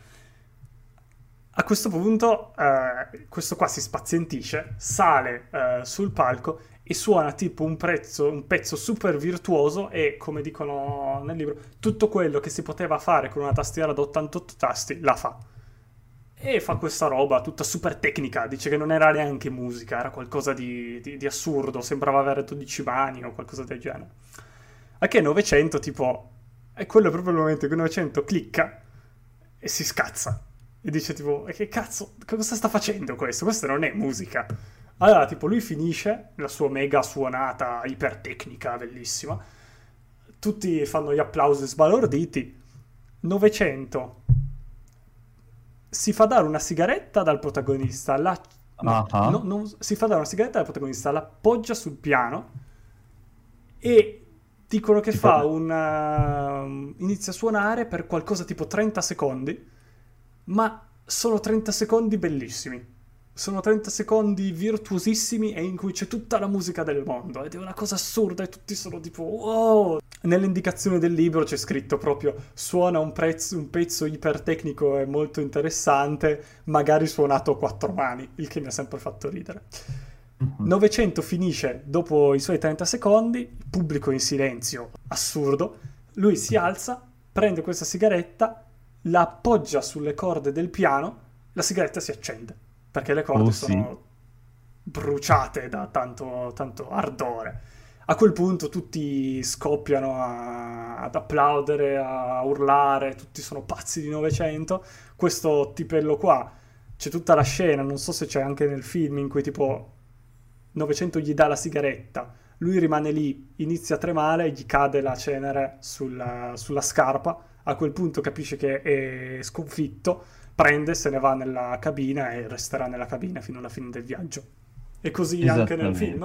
A questo punto, eh, questo qua si spazientisce, sale eh, sul palco e suona tipo un, prezzo- un pezzo super virtuoso e, come dicono nel libro, tutto quello che si poteva fare con una tastiera da ottantotto tasti la fa. E fa questa roba tutta super tecnica, dice che non era neanche musica, era qualcosa di, di- di assurdo, sembrava avere dodici mani o qualcosa del genere. A che novecento, tipo, è quello proprio il momento in cui novecento clicca e si scazza. E dice tipo, e che cazzo, cosa sta facendo questo? Questo non è musica. Allora, tipo, lui finisce la sua mega suonata ipertecnica, bellissima. Tutti fanno gli applausi sbalorditi. novecento si fa dare una sigaretta dal protagonista, la... no, Ah, ah. no, non- si fa dare una sigaretta dal protagonista, la appoggia sul piano e dicono che Si fa- fa un... uh, inizia a suonare per qualcosa tipo trenta secondi, ma sono trenta secondi bellissimi. Sono trenta secondi virtuosissimi e in cui c'è tutta la musica del mondo ed è una cosa assurda e tutti sono tipo wow. Nelle indicazioni del libro c'è scritto proprio suona un, prezzo, un pezzo ipertecnico e molto interessante, magari suonato a quattro mani, il che mi ha sempre fatto ridere. Mhm. novecento finisce dopo i suoi trenta secondi, il pubblico in silenzio, assurdo, lui si alza, prende questa sigaretta, la appoggia sulle corde del piano, la sigaretta si accende, perché le Oh corde sì, sono bruciate da tanto, tanto ardore. A quel punto tutti scoppiano a- ad applaudere, a urlare, tutti sono pazzi di novecento. Questo tipello qua, c'è tutta la scena, non so se c'è anche nel film, in cui tipo novecento gli dà la sigaretta, lui rimane lì, inizia a tremare, gli cade la cenere sulla, sulla scarpa, a quel punto capisce che è sconfitto, prende, se ne va nella cabina e resterà nella cabina fino alla fine del viaggio. E così anche nel esattamente. film?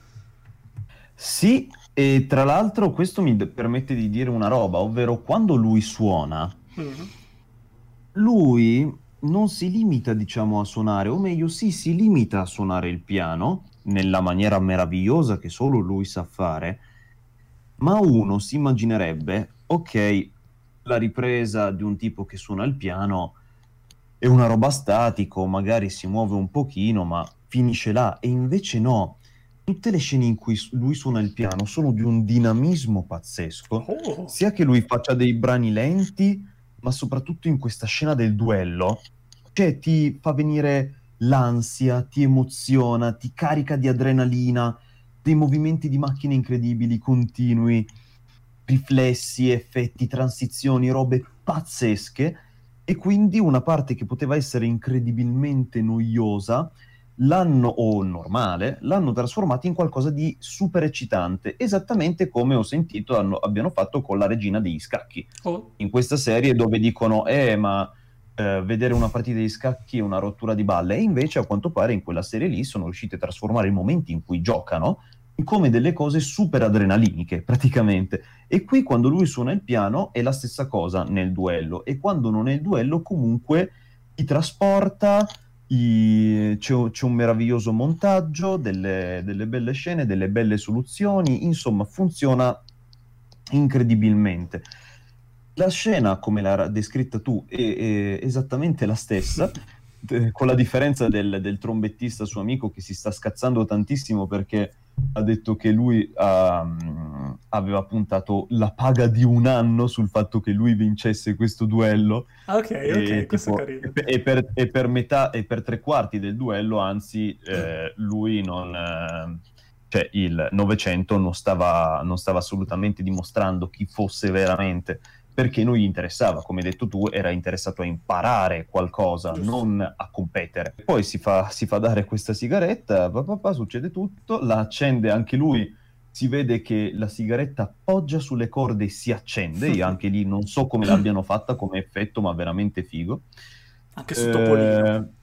Sì, e tra l'altro questo mi d- permette di dire una roba, ovvero quando lui suona, Mhm. lui non si limita, diciamo, a suonare, o meglio, sì, si limita a suonare il piano nella maniera meravigliosa che solo lui sa fare, ma uno si immaginerebbe, ok, la ripresa di un tipo che suona il piano è una roba statico, magari si muove un pochino, ma finisce là, e invece no. Tutte le scene in cui s- lui suona il piano sono di un dinamismo pazzesco, Oh, sia che lui faccia dei brani lenti, ma soprattutto in questa scena del duello, cioè ti fa venire l'ansia, ti emoziona, ti carica di adrenalina, dei movimenti di macchine incredibili, continui, riflessi, effetti, transizioni, robe pazzesche, e quindi una parte che poteva essere incredibilmente noiosa l'hanno, o normale, l'hanno trasformata in qualcosa di super eccitante, esattamente come ho sentito hanno- abbiano fatto con la regina degli scacchi. oh, In questa serie dove dicono, eh, ma eh, vedere una partita di scacchi è una rottura di balle, e invece a quanto pare in quella serie lì sono riusciti a trasformare i momenti in cui giocano come delle cose super adrenaliniche, praticamente. E qui quando lui suona il piano è la stessa cosa nel duello, e quando non è il duello comunque ti trasporta, i- c'è, un c'è un meraviglioso montaggio, delle, delle belle scene, delle belle soluzioni, insomma funziona incredibilmente. La scena, come l'ha descritta tu, è, è esattamente la stessa, eh, con la differenza del, del trombettista suo amico che si sta scazzando tantissimo perché ha detto che lui ha, mh, aveva puntato la paga di un anno sul fatto che lui vincesse questo duello, Ah, ok, ok, e, questo è tipo, carino. e, per, e per- e per metà e per tre quarti del duello, anzi, eh, lui non... eh, cioè il Novecento non stava, non stava assolutamente dimostrando chi fosse veramente, perché non gli interessava, come hai detto tu, era interessato a imparare qualcosa, Giusto. non a competere. Poi si fa, si fa dare questa sigaretta, pa, pa, pa, succede tutto, la accende anche lui, si vede che la sigaretta appoggia sulle corde e si accende, e anche lì non so come l'abbiano fatta come effetto, ma veramente figo. Anche su Topolino. Eh...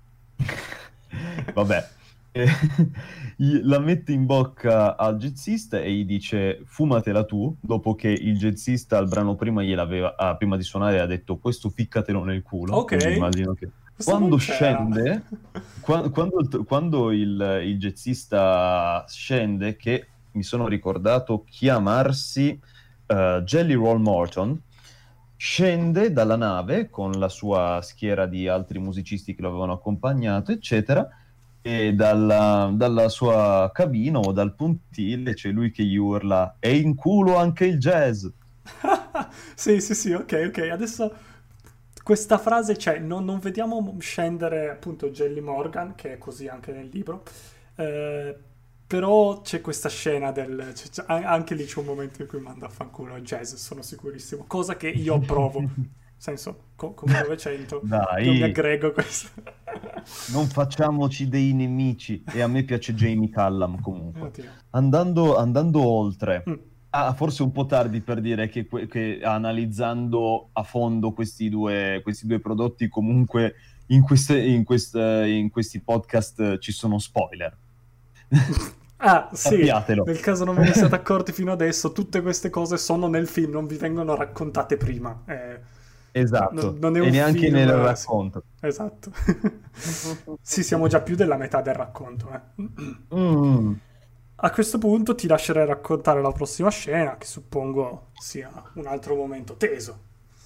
Vabbè, eh, gli- la mette in bocca al jazzista e gli dice fumatela tu, dopo che il jazzista al brano prima gliel'aveva, ah, prima di suonare ha detto questo ficcatelo nel culo, quindi Ok, immagino che questo non quando c'era. scende, qua- quando, il- quando il, il jazzista scende, che mi sono ricordato chiamarsi eh, Jelly Roll Morton, scende dalla nave con la sua schiera di altri musicisti che lo avevano accompagnato, eccetera, e dalla, dalla sua cabina o dal pontile c'è lui che gli urla e in culo anche il jazz. Sì, sì, sì, ok, ok. Adesso questa frase c'è, non, non vediamo scendere appunto Jelly Morgan, che è così anche nel libro, eh, però c'è questa scena del... c'è- c'è- an- anche lì c'è un momento in cui manda a fanculo il jazz, sono sicurissimo, cosa che io approvo, nel senso, co- come Novecento, io mi Dai, aggrego a questo. non facciamoci dei nemici. E a me piace Jamie Callum comunque. Oddio. Andando, andando oltre, Mm. ah, forse un po' tardi per dire che, que- che analizzando a fondo questi due, questi due prodotti, comunque in, queste- in queste- in questi podcast eh, ci sono spoiler. Ah, sì, Sappiatelo. nel caso non ve ne siate accorti fino adesso, tutte queste cose sono nel film, non vi vengono raccontate prima. Eh, no- no- Esatto, non è e un neanche nel film... sì, racconto. esatto. Sì, siamo già più della metà del racconto. eh. Mm. A questo punto ti lascerei raccontare la prossima scena, che suppongo sia un altro momento teso.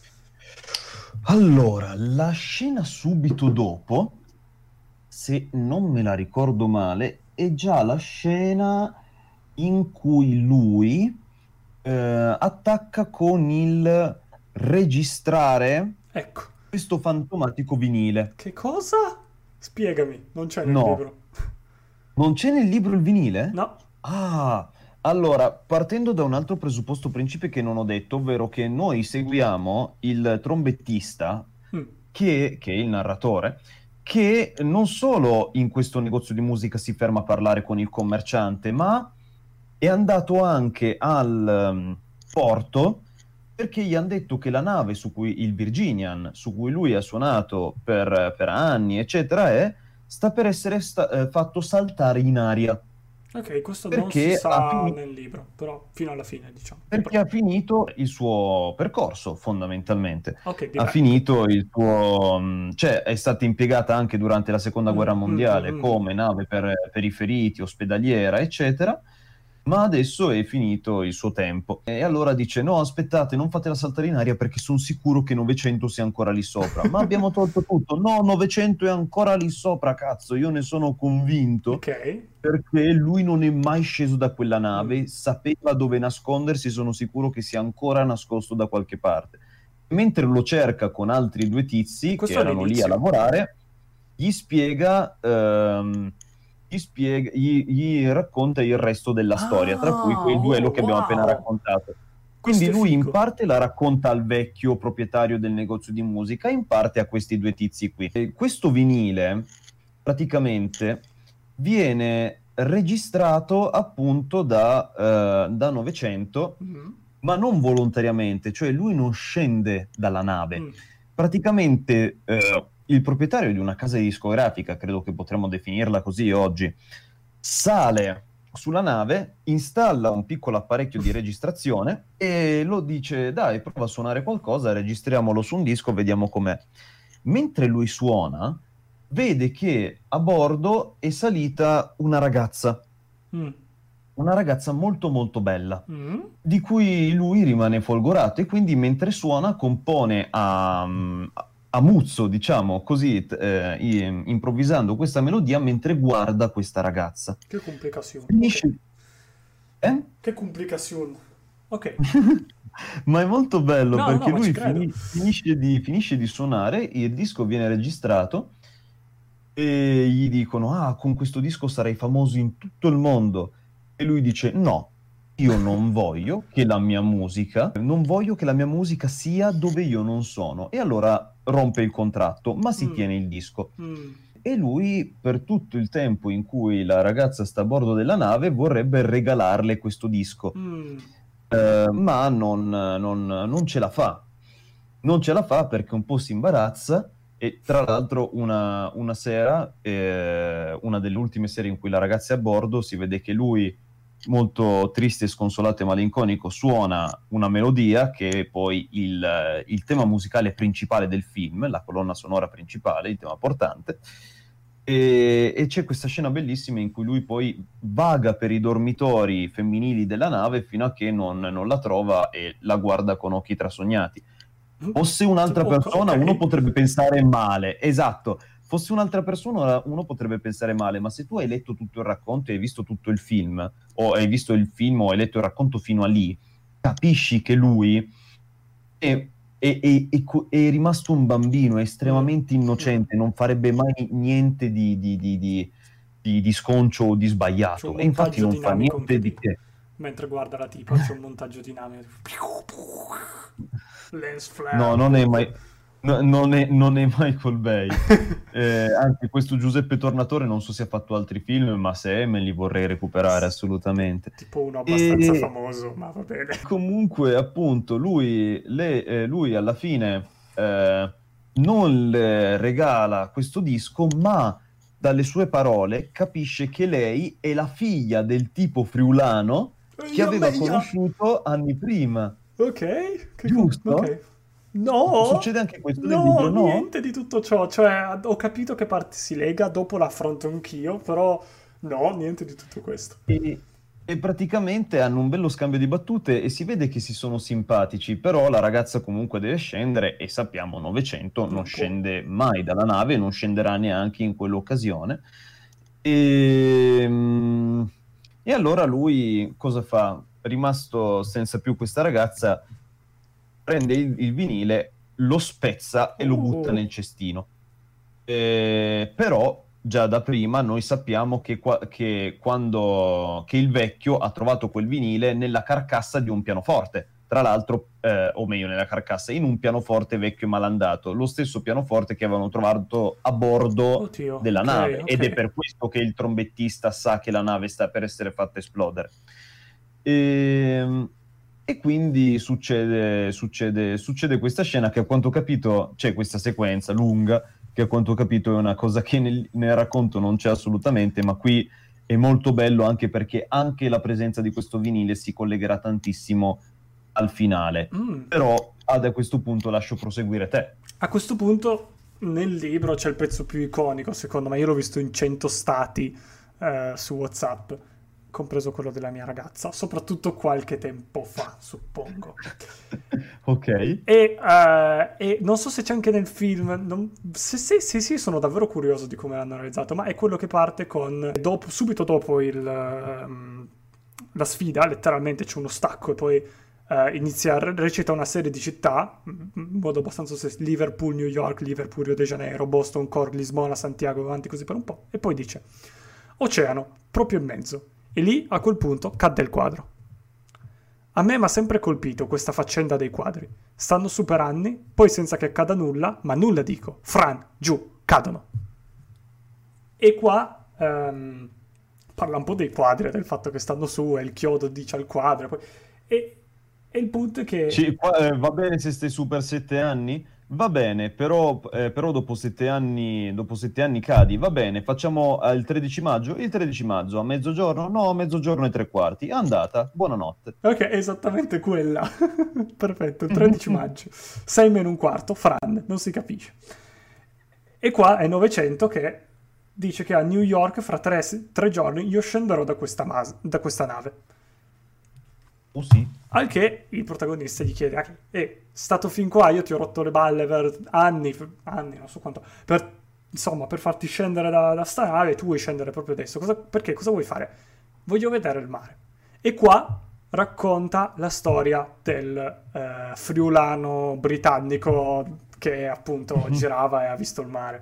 Allora, la scena subito dopo, se non me la ricordo male, è già la scena in cui lui eh, attacca con il registrare Ecco, questo fantomatico vinile. che cosa? Spiegami, non c'è nel No, libro. non c'è nel libro il vinile? No. Ah, allora, partendo da un altro presupposto principe che non ho detto, ovvero che noi seguiamo il trombettista, Mm. che, che è il narratore, che non solo in questo negozio di musica si ferma a parlare con il commerciante, ma è andato anche al um, porto, perché gli hanno detto che la nave su cui il Virginian, su cui lui ha suonato per, per anni, eccetera, è, sta per essere sta- eh, fatto saltare in aria, Ok, questo non si perché ha sa finito nel libro, però fino alla fine, diciamo. perché ha finito il suo percorso, fondamentalmente. Ok, Ha diretto. finito il suo... mh, cioè è stata impiegata anche durante la Seconda Mm, Guerra mm, mm, Mondiale mm. come nave per, per i feriti, ospedaliera, eccetera, ma adesso è finito il suo tempo. E allora dice, no, aspettate, non fatela saltare in aria perché sono sicuro che Novecento sia ancora lì sopra. Ma abbiamo tolto tutto. No, Novecento è ancora lì sopra, cazzo, io ne sono convinto, Ok. perché lui non è mai sceso da quella Mm. nave, sapeva dove nascondersi, sono sicuro che sia ancora nascosto da qualche parte. Mentre lo cerca con altri due tizi che Questo erano lì a all'inizio. lavorare, gli spiega, ehm, gli spiega, gli, gli racconta il resto della storia, tra cui Ah, quel oh, duello che abbiamo appena wow. raccontato. Quindi Questo è lui in figo. parte la racconta al vecchio proprietario del negozio di musica, in parte a questi due tizi qui. E questo vinile praticamente viene registrato appunto da, eh, da Novecento, Mm. ma non volontariamente, cioè lui non scende dalla nave. Mm. Praticamente eh, il proprietario di una casa discografica, credo che potremmo definirla così oggi, sale sulla nave, installa un piccolo apparecchio di registrazione e lo dice: dai, prova a suonare qualcosa, registriamolo su un disco, vediamo com'è. Mentre lui suona, vede che a bordo è salita una ragazza, Mm. una ragazza molto molto bella, Mm. di cui lui rimane folgorato, e quindi mentre suona compone a, a muzzo, diciamo così, t- eh, i- improvvisando questa melodia mentre guarda questa ragazza. Che complicazione. Ok. Finisce... Eh? Che complicazione. Ok. Ma è molto bello No, no, perché ma ci lui credo. fini- finisce di, finisce di suonare, il disco viene registrato e gli dicono: ah, con questo disco sarai famoso in tutto il mondo. E lui dice: no, io non voglio che la mia musica, non voglio che la mia musica sia dove io non sono. E allora rompe il contratto, ma si Mm. tiene il disco. Mm. E lui, per tutto il tempo in cui la ragazza sta a bordo della nave, vorrebbe regalarle questo disco. Mm. Eh, ma non, non- non ce la fa. Non ce la fa perché un po' si imbarazza. E tra l'altro una, una sera, eh, una delle ultime sere in cui la ragazza è a bordo, si vede che lui, molto triste, sconsolato e malinconico, suona una melodia che è poi il, il tema musicale principale del film, la colonna sonora principale, il tema portante. E, e c'è questa scena bellissima in cui lui poi vaga per i dormitori femminili della nave fino a che non, non la trova e la guarda con occhi trasognati. Fosse un'altra Ok. persona, uno potrebbe pensare male. Esatto, fosse un'altra persona, uno potrebbe pensare male, ma se tu hai letto tutto il racconto e hai visto tutto il film, o hai visto il film o hai letto il racconto fino a lì, capisci che lui è, è- è- è co- è rimasto un bambino, è Mm. estremamente Mm. innocente, non farebbe mai niente di, di- di- di- di- di sconcio o di C'è un sbagliato, e infatti montaggio non fa dinamico niente anche di di... che. Mentre guarda la tipa c'è un montaggio dinamico. Lens No, flare non è ovunque. mai, no- non è, non è Michael Bay. Eh, anzi, questo Giuseppe Tornatore non so se ha fatto altri film, ma se è, me li vorrei recuperare assolutamente. Tipo uno abbastanza E famoso, ma va bene. comunque, appunto, lui, le- eh, lui alla fine eh, non le regala questo disco, ma dalle sue parole capisce che lei è la figlia del tipo friulano che Meia, aveva meia. conosciuto anni prima. Ok, che com- Giusto? ok. No, Succede anche questo nel no, libro, no? niente di tutto ciò. Cioè, ho capito che parte si lega, dopo l'affronto anch'io, però no, niente di tutto questo. E, e praticamente hanno un bello scambio di battute e si vede che si sono simpatici, però la ragazza comunque deve scendere e sappiamo, Novecento non Non può. scende mai dalla nave, non scenderà neanche in quell'occasione. E, mm, e allora lui cosa fa? Rimasto senza più questa ragazza, prende il, il vinile, lo spezza e lo butta Uh, nel cestino. Eh, però già da prima noi sappiamo che, qua- che quando che il vecchio ha trovato quel vinile nella carcassa di un pianoforte, tra l'altro, eh, o meglio nella carcassa, in un pianoforte vecchio e malandato, lo stesso pianoforte che avevano trovato a bordo oddio, della ok, nave, ed è ok. per questo che il trombettista sa che la nave sta per essere fatta esplodere. E, e quindi succede, succede, succede questa scena che a quanto ho capito, c'è questa sequenza lunga che a quanto ho capito è una cosa che nel, nel racconto non c'è assolutamente, ma qui è molto bello anche perché anche la presenza di questo vinile si collegherà tantissimo al finale. Mm. Però ad a questo punto lascio proseguire te. A questo punto nel libro c'è il pezzo più iconico, secondo me. Io l'ho visto in cento stati eh, su WhatsApp, compreso quello della mia ragazza, soprattutto qualche tempo fa, suppongo. Ok. E, eh, e non so se c'è anche nel film, non- se sì, sì, sì, sono davvero curioso di come l'hanno realizzato, ma è quello che parte con, dopo- subito dopo il, ehm, la sfida, letteralmente c'è uno stacco e poi eh, inizia, a re- recita una serie di città, in modo abbastanza se- Liverpool, New York, Liverpool, Rio de Janeiro, Boston, Cork, Lisbona, Santiago, avanti così per un po', e poi dice, oceano, proprio in mezzo, e lì a quel punto cade il quadro. A me mi ha sempre colpito questa faccenda dei quadri. Stanno su per anni, poi senza che accada nulla, ma nulla dico. Fran, giù, cadono. E qua ehm, parla un po' dei quadri, del fatto che stanno su e il chiodo dice al quadro. e poi- E, e il punto è che... Ci- qua- eh, va bene se stai su per sette anni, Va bene, però, eh, però dopo sette anni, dopo sette anni cadi, va bene, facciamo eh, il tredici maggio, il tredici maggio a mezzogiorno? No, a mezzogiorno e tre quarti, andata, buonanotte. Ok, è esattamente quella. Perfetto, il tredici maggio. sei meno un quarto, Fran, non si capisce. E qua è novecento che dice che a New York fra tre, tre giorni io scenderò da questa, mas- da questa nave. Oh sì. Al che il protagonista gli chiede: "Ah, eh, stato fin qua, io ti ho rotto le balle per anni, per anni, non so quanto, per, insomma, per farti scendere da, da sta nave, tu vuoi scendere proprio adesso. Cosa, perché? Cosa vuoi fare? Voglio vedere il mare." E qua racconta la storia del eh, friulano britannico che appunto girava e ha visto il mare.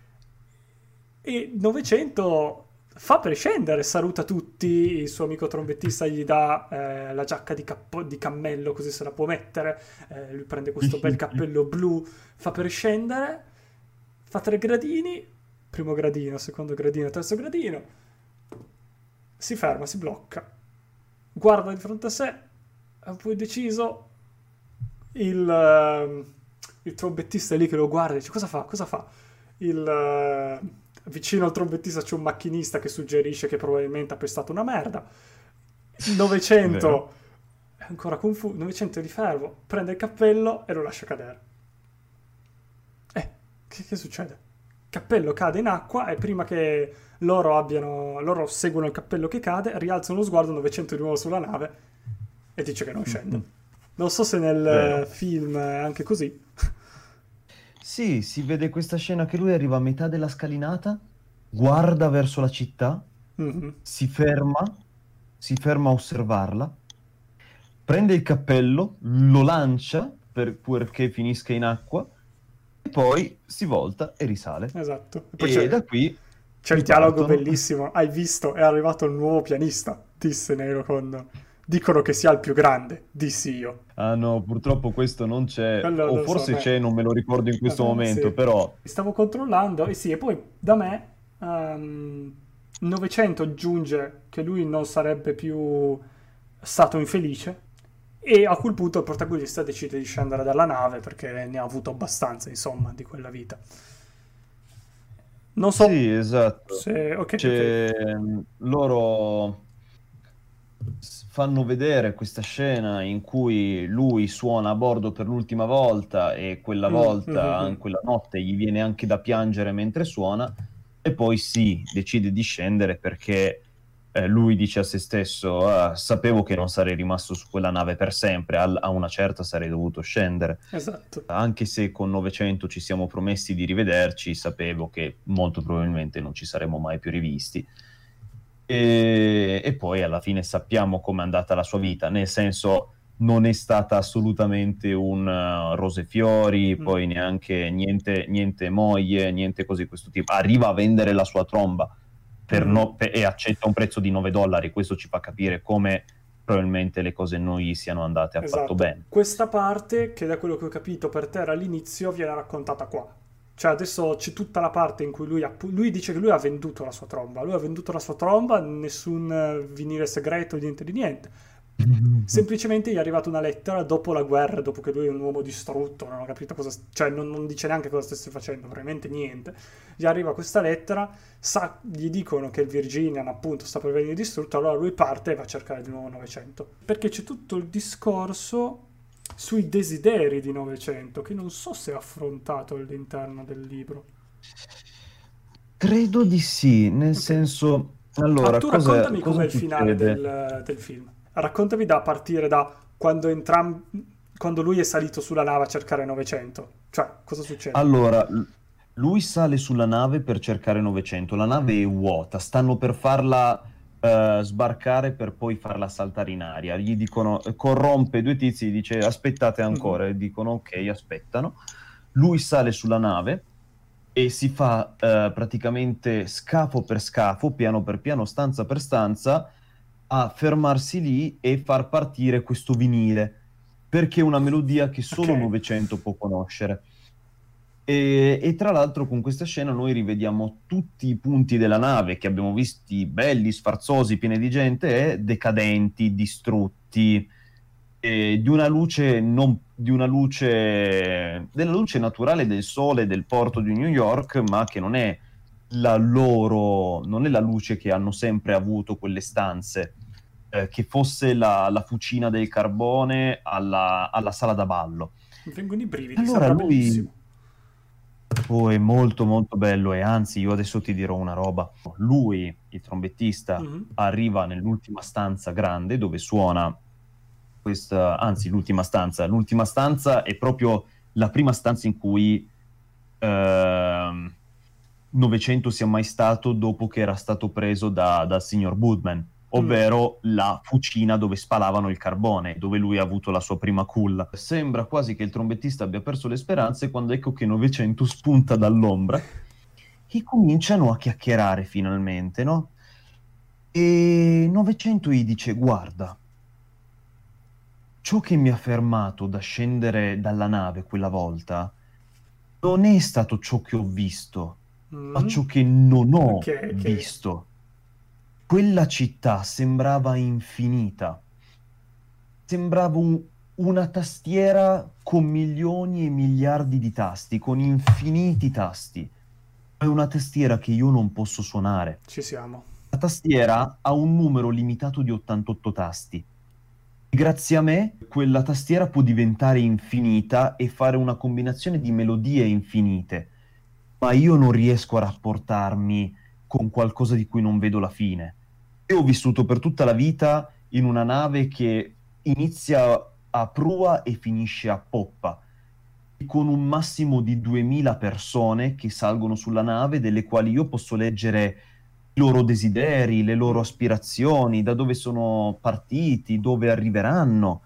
E novecento fa prescindere, saluta tutti, il suo amico trombettista gli dà eh, la giacca di, cappo- di cammello così se la può mettere, eh, lui prende questo bel cappello blu, fa prescindere, fa tre gradini, primo gradino, secondo gradino, terzo gradino, si ferma, si blocca, guarda di fronte a sé, ha poi deciso, il, ehm, il trombettista è lì che lo guarda e dice: cosa fa, cosa fa? Il... eh, vicino al trombettista c'è un macchinista che suggerisce che probabilmente ha pestato una merda. Vero. novecento è ancora confuso. novecento è di fermo, prende il cappello e lo lascia cadere. Eh, che, che succede? Il cappello cade in acqua e prima che loro abbiano. Loro seguono il cappello che cade, rialzano lo sguardo, novecento di nuovo sulla nave e dice che non scende. Non so se nel Vero. eh, film è anche così. Sì, si vede questa scena che lui arriva a metà della scalinata, guarda verso la città, Mhm. si ferma, si ferma a osservarla, prende il cappello, lo lancia per, perché finisca in acqua e poi si volta e risale. Esatto. E poi E c'è da qui C'è il dialogo ripartono. bellissimo. Hai visto? È arrivato il nuovo pianista, disse Nero con... Dicono che sia il più grande, dissi io. Ah no, purtroppo questo non c'è, Quello o lo so, forse beh. c'è, non me lo ricordo in questo Vabbè, momento, sì. però Stavo controllando, e sì, e poi da me ehm, novecento aggiunge che lui non sarebbe più stato infelice e a quel punto il protagonista decide di scendere dalla nave perché ne ha avuto abbastanza, insomma, di quella vita. Non so sì, esatto. se... Ok, ok. C'è, loro s- fanno vedere questa scena in cui lui suona a bordo per l'ultima volta e quella Mm, mm, volta, mm, in quella notte, gli viene anche da piangere mentre suona e poi sì, decide di scendere perché eh, lui dice a se stesso: "Ah, sapevo che non sarei rimasto su quella nave per sempre, al- a una certa sarei dovuto scendere. esatto. Anche se con novecento ci siamo promessi di rivederci, sapevo che molto probabilmente non ci saremmo mai più rivisti." E, e poi alla fine sappiamo com'è andata la sua vita, nel senso non è stata assolutamente un uh, rose e fiori, Mm, poi neanche niente, niente moglie, niente così questo tipo. Arriva a vendere la sua tromba per mhm. no- per- e accetta un prezzo di nove dollari, questo ci fa capire come probabilmente le cose non gli siano andate affatto Esatto. bene. Questa parte, che da quello che ho capito per te era all'inizio, viene raccontata qua. Cioè adesso c'è tutta la parte in cui lui, ha- lui dice che lui ha venduto la sua tromba. Lui ha venduto la sua tromba, nessun eh, vinile segreto, niente di niente. Semplicemente gli è arrivata una lettera dopo la guerra, dopo che lui è un uomo distrutto, non ho capito cosa... Cioè non, non dice neanche cosa stesse facendo, veramente niente. Gli arriva questa lettera, sa- gli dicono che il Virginian appunto sta per venire distrutto, allora lui parte e va a cercare di nuovo novecento. Perché c'è tutto il discorso sui desideri di novecento, che non so se è affrontato all'interno del libro. Credo di sì, nel Ok. senso, Ah, allora, tu cosa, raccontami com'è cosa il finale succede? del, del film. Raccontami da partire da quando entram- quando lui è salito sulla nave a cercare novecento. Cioè, cosa succede? Allora, l- lui sale sulla nave per cercare novecento, la nave è vuota, stanno per farla eh, sbarcare per poi farla saltare in aria. Gli dicono, corrompe due tizi, gli dice aspettate Mhm. ancora, e dicono ok, aspettano. Lui sale sulla nave e si fa eh, praticamente scafo per scafo, piano per piano, stanza per stanza, a fermarsi lì e far partire questo vinile, perché è una melodia che Ok, solo novecento può conoscere. E, e tra l'altro con questa scena noi rivediamo tutti i punti della nave che abbiamo visti belli, sfarzosi, pieni di gente, e decadenti, distrutti, e di una luce non, di una luce, della luce naturale del sole del porto di New York, ma che non è la loro, non è la luce che hanno sempre avuto quelle stanze, eh, che fosse la, la fucina del carbone alla, alla sala da ballo. Mi vengono i brividi, Allora sembra lui bellissimo. oh, è molto molto bello, e anzi io adesso ti dirò una roba. Lui, il trombettista, Mhm. arriva nell'ultima stanza grande dove suona questa, anzi l'ultima stanza, l'ultima stanza è proprio la prima stanza in cui ehm, Novecento sia mai stato dopo che era stato preso da- dal signor Woodman, Mm. ovvero la fucina dove spalavano il carbone, dove lui ha avuto la sua prima culla. Sembra quasi che il trombettista abbia perso le speranze quando ecco che Novecento spunta dall'ombra e cominciano a chiacchierare finalmente, no? E Novecento gli dice: guarda, ciò che mi ha fermato da scendere dalla nave quella volta non è stato ciò che ho visto, ma Mm. ciò che non Ok, ho ok. visto. Quella città sembrava infinita, sembrava un- una tastiera con milioni e miliardi di tasti, con infiniti tasti. È una tastiera che io non posso suonare. Ci siamo. La tastiera ha un numero limitato di ottantotto tasti. Grazie a me, quella tastiera può diventare infinita e fare una combinazione di melodie infinite, ma io non riesco a rapportarmi con qualcosa di cui non vedo la fine. Io ho vissuto per tutta la vita in una nave che inizia a prua e finisce a poppa, con un massimo di duemila persone che salgono sulla nave, delle quali io posso leggere i loro desideri, le loro Mm. aspirazioni, da dove sono partiti, dove arriveranno,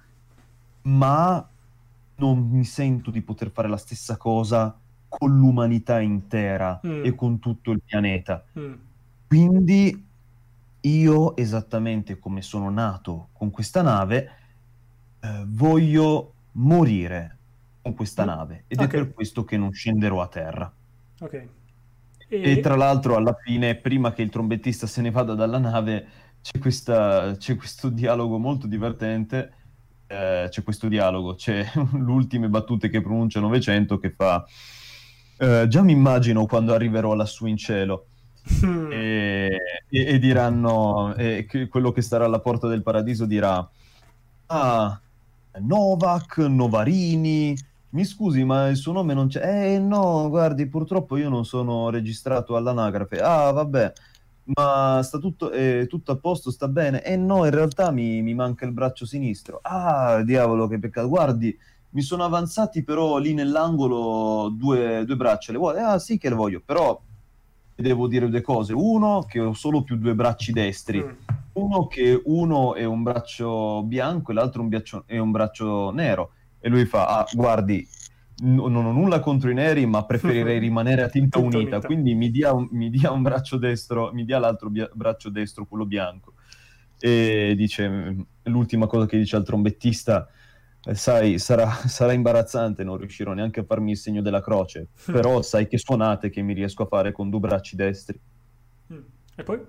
ma non mi sento di poter fare la stessa cosa con l'umanità intera e Mm. con tutto il pianeta. Mm. Quindi io, esattamente come sono nato con questa nave, eh, voglio morire con questa Mm. nave, ed è Ok, per questo che non scenderò a terra. ok. E E... tra l'altro, alla fine, prima che il trombettista se ne vada dalla nave, c'è questa- c'è questo dialogo molto divertente. Eh, c'è questo dialogo, c'è le ultime battute che pronuncia Novecento che fa: eh, già mi immagino quando arriverò lassù in cielo. Mm. E, e- e diranno, e che- quello che starà alla porta del paradiso dirà: ah, Novak, Novarini, mi scusi, ma il suo nome non c'è. Eh no, guardi, purtroppo io non sono registrato all'anagrafe. Ah, vabbè, ma sta tutto, eh, tutto a posto, sta bene? Eh no, in realtà mi, mi manca il braccio sinistro. Ah, diavolo, che peccato. Guardi, mi sono avanzati però lì nell'angolo due, due braccia. Le vuole? Ah, sì che le voglio, però devo dire due cose. Uno, che ho solo più due bracci destri. Mm. Uno che uno è un braccio bianco e l'altro un braccio- è un braccio nero. E lui fa: ah, guardi, n- non ho nulla contro i neri, ma preferirei rimanere a tinta Tinta unita, unita. quindi mi dia un, mi dia un braccio destro, mi dia l'altro bia- braccio destro, quello bianco. E dice, mm, l'ultima cosa che dice al trombettista: eh, sai, sarà, sarà imbarazzante, non riuscirò neanche a farmi il segno della croce, Mm. però sai che suonate che mi riesco a fare con due bracci destri. Mm. E poi?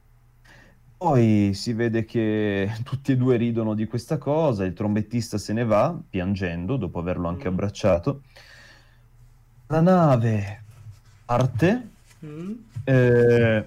Poi si vede che tutti e due ridono di questa cosa, il trombettista se ne va, piangendo, dopo averlo anche Mm. abbracciato. La nave parte, Mm. eh,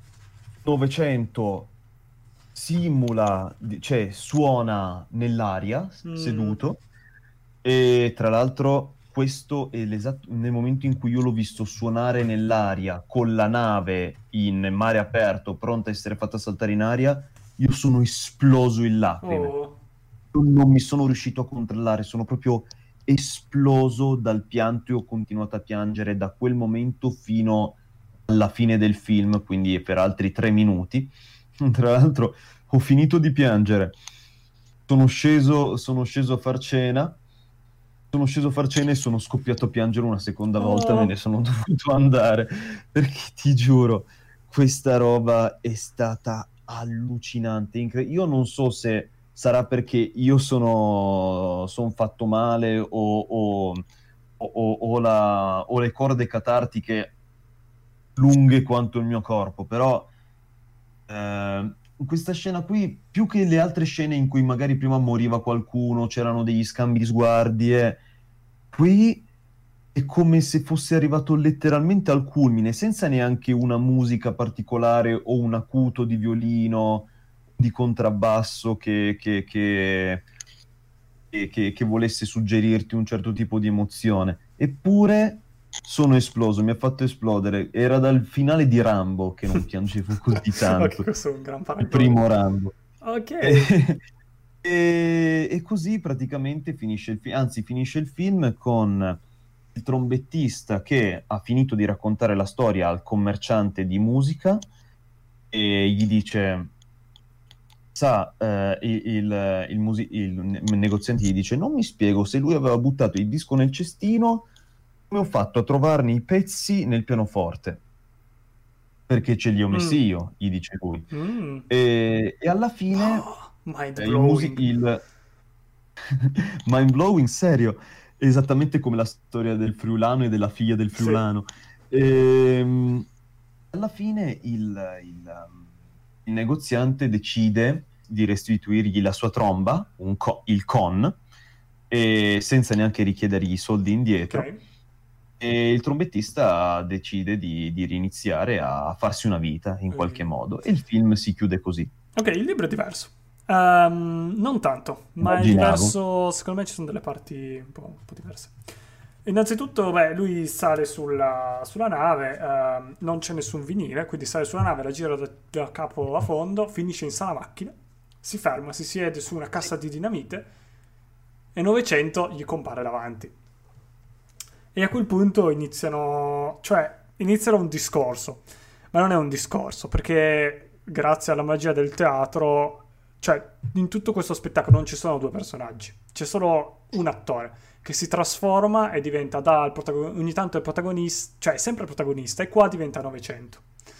Novecento simula, di- cioè suona nell'aria, s- Mm. seduto, e tra l'altro questo è l'esatto nel momento in cui io l'ho visto suonare nell'aria con la nave in mare aperto, pronta a essere fatta saltare in aria, io sono esploso in lacrime. Oh. Io non mi sono riuscito a controllare, sono proprio esploso dal pianto e ho continuato a piangere da quel momento fino alla fine del film, quindi per altri tre minuti. Tra l'altro, ho finito di piangere, sono sceso, sono sceso a far cena, sono sceso a far cena e sono scoppiato a piangere una seconda volta, me ne Oh. sono dovuto andare, perché ti giuro, questa roba è stata allucinante. incre- Io non so se sarà perché io sono, son fatto male o, o- o- o la- o le corde catartiche lunghe quanto il mio corpo, però eh, in questa scena qui, più che le altre scene in cui magari prima moriva qualcuno, c'erano degli scambi di sguardi, e qui è come se fosse arrivato letteralmente al culmine, senza neanche una musica particolare o un acuto di violino, di contrabbasso che, che, che, che, che- che volesse suggerirti un certo tipo di emozione. Eppure sono esploso, mi ha fatto esplodere. Era dal finale di Rambo che non piangevo così Ok, tanto, questo è un gran il paragone. primo Rambo. Ok. E, e così praticamente finisce il film, anzi finisce il film con il trombettista che ha finito di raccontare la storia al commerciante di musica e gli dice, sa, eh, il, il, il musi- il ne- negoziante gli dice, non mi spiego se lui aveva buttato il disco nel cestino, come ho fatto a trovarne i pezzi nel pianoforte, perché ce li ho messi Mm. io, gli dice lui. Mm. E, e alla fine Mind eh, il, musi- blowing. il, mind blowing, serio, esattamente come la storia del friulano e della figlia del Sì. friulano. Ehm, alla fine il, il, um, il negoziante decide di restituirgli la sua tromba, un co- il con, e senza neanche richiedergli i soldi Ok. indietro. E il trombettista decide di, di riniziare a farsi una vita in qualche Mm. modo. E il film si chiude così. Ok, il libro è diverso. Ehm, non tanto, ma è Immaginavo. diverso. Secondo me ci sono delle parti un po', un po' diverse. Innanzitutto, beh, lui sale sulla, sulla nave, ehm, non c'è nessun vinile, quindi sale sulla nave, la gira da, da capo a fondo, finisce in sala macchine, si ferma, si siede su una cassa di dinamite e novecento gli compare davanti. E a quel punto iniziano, cioè, iniziano un discorso, ma non è un discorso, perché grazie alla magia del teatro, cioè, in tutto questo spettacolo non ci sono due personaggi, c'è solo un attore che si trasforma e diventa dal protagonista, ogni tanto è protagonista, cioè è sempre il protagonista, e qua diventa novecento.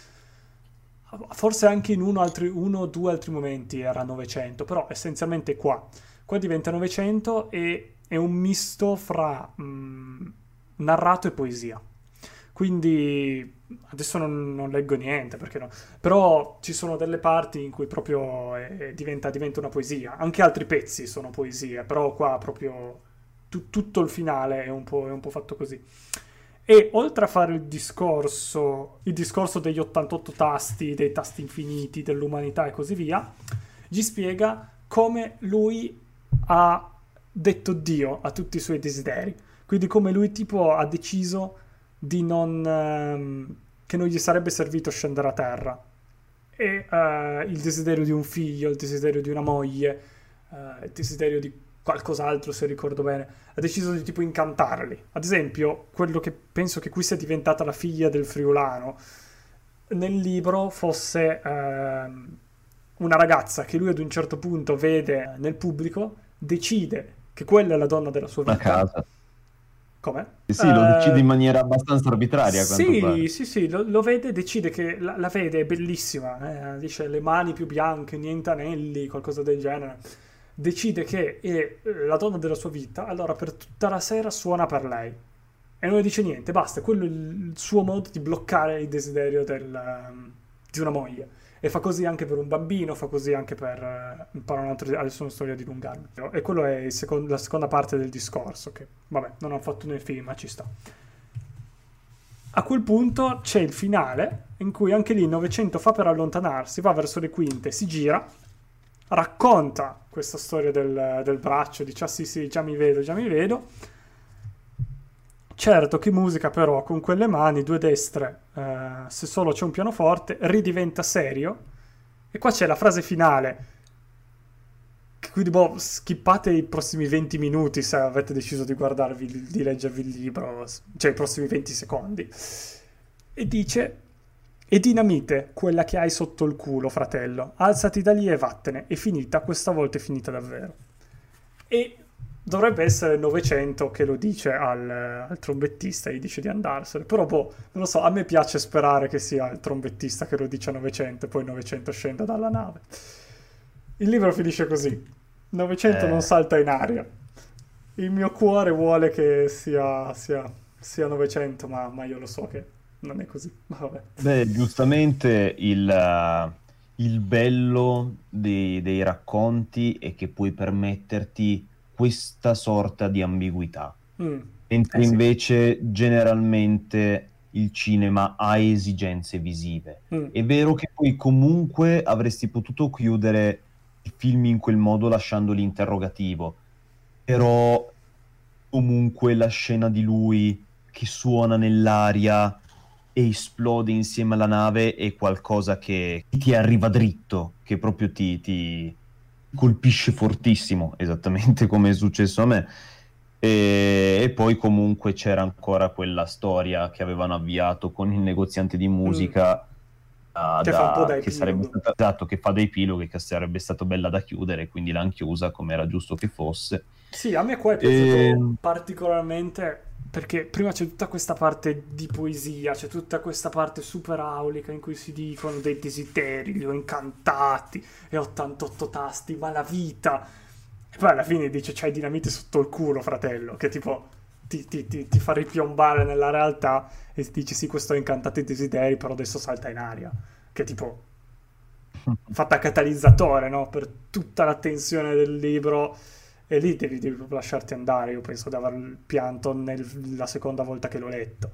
Forse anche in uno, altri, uno o due altri momenti era novecento, però essenzialmente qua. Qua diventa novecento e è un misto fra mh, narrato e poesia. Quindi adesso non, non leggo niente, perché no. Però ci sono delle parti in cui proprio è- diventa, diventa una poesia. Anche altri pezzi sono poesie, però qua proprio tu- tutto il finale è un po', è un po' fatto così. E oltre a fare il discorso, il discorso degli ottantotto tasti, dei tasti infiniti, dell'umanità e così via, gli spiega come lui ha detto Dio a tutti i suoi desideri. Quindi come lui tipo ha deciso di non... ehm, che non gli sarebbe servito scendere a terra. E eh, il desiderio di un figlio, il desiderio di una moglie, eh, il desiderio di qualcos'altro, se ricordo bene, ha deciso di tipo incantarli. Ad esempio, quello che penso che qui sia diventata la figlia del friulano, nel libro fosse ehm, una ragazza che lui ad un certo punto vede nel pubblico, decide che quella è la donna della sua Una vita. casa. Come? E sì, lo decide in Eh, maniera abbastanza arbitraria, a quanto sì, pare. sì, sì, lo, lo vede, decide che la, la vede, è bellissima, eh, dice le mani più bianche, niente anelli, qualcosa del genere. Decide che è eh, la donna della sua vita, allora per tutta la sera suona per lei. E non le dice niente, basta, quello è il suo modo di bloccare il desiderio del, ehm, di una moglie. E fa così anche per un bambino, fa così anche per... Eh, impara un altro, adesso non sto a dilungarmi. E quello è il secon- la seconda parte del discorso, che vabbè, non ho fatto nel film, ma ci sta. A quel punto c'è il finale, in cui anche lì il novecento fa per allontanarsi, va verso le quinte, si gira, racconta questa storia del, del braccio, dice ah sì sì, già mi vedo, già mi vedo. Certo, che musica però, con quelle mani, due destre, eh, se solo c'è un pianoforte, ridiventa serio. E qua c'è la frase finale, che quindi boh, skippate i prossimi venti minuti se avete deciso di guardarvi, di leggervi il libro, cioè i prossimi venti secondi. E dice, e dinamite, quella che hai sotto il culo, fratello, alzati da lì e vattene, è finita, questa volta è finita davvero. E dovrebbe essere il novecento che lo dice al, al trombettista, gli dice di andarsene. Però, boh, non lo so, a me piace sperare che sia il trombettista che lo dice a novecento e poi novecento scenda dalla nave. Il libro finisce così. novecento non Eh, salta in aria. Il mio cuore vuole che sia, sia, sia novecento, ma, ma io lo so che non è così. Ma vabbè. beh, giustamente il, eh, il bello dei, dei racconti è che puoi permetterti questa sorta di ambiguità, Mm. mentre Eh sì. invece generalmente il cinema ha esigenze visive. Mm. È vero che poi comunque avresti potuto chiudere i film in quel modo lasciando l'interrogativo, però comunque la scena di lui che suona nell'aria e esplode insieme alla nave è qualcosa che ti arriva dritto, che proprio ti, ti colpisce fortissimo, esattamente come è successo a me. E, e poi comunque c'era ancora quella storia che avevano avviato con il negoziante di Mm. musica, da- Che fa un po' da da- che sarebbe epilogo. stata, esatto, che fa dei epiloghi, che sarebbe stato bella da chiudere, quindi l'hanno chiusa come era giusto che fosse. Sì, a me qua è E... piaciuto particolarmente perché prima c'è tutta questa parte di poesia, c'è tutta questa parte super aulica in cui si dicono dei desideri, li ho incantati e ottantotto tasti, ma la vita. E poi alla fine dice c'hai dinamite sotto il culo, fratello, che tipo ti, ti- ti- ti fa ripiombare nella realtà e ti dice sì, questo ho incantato i desideri, però adesso salta in aria. Che tipo fatta catalizzatore, no? Per tutta la tensione del libro. E lì devi, devi proprio lasciarti andare. Io penso di aver pianto nel- la seconda volta che l'ho letto.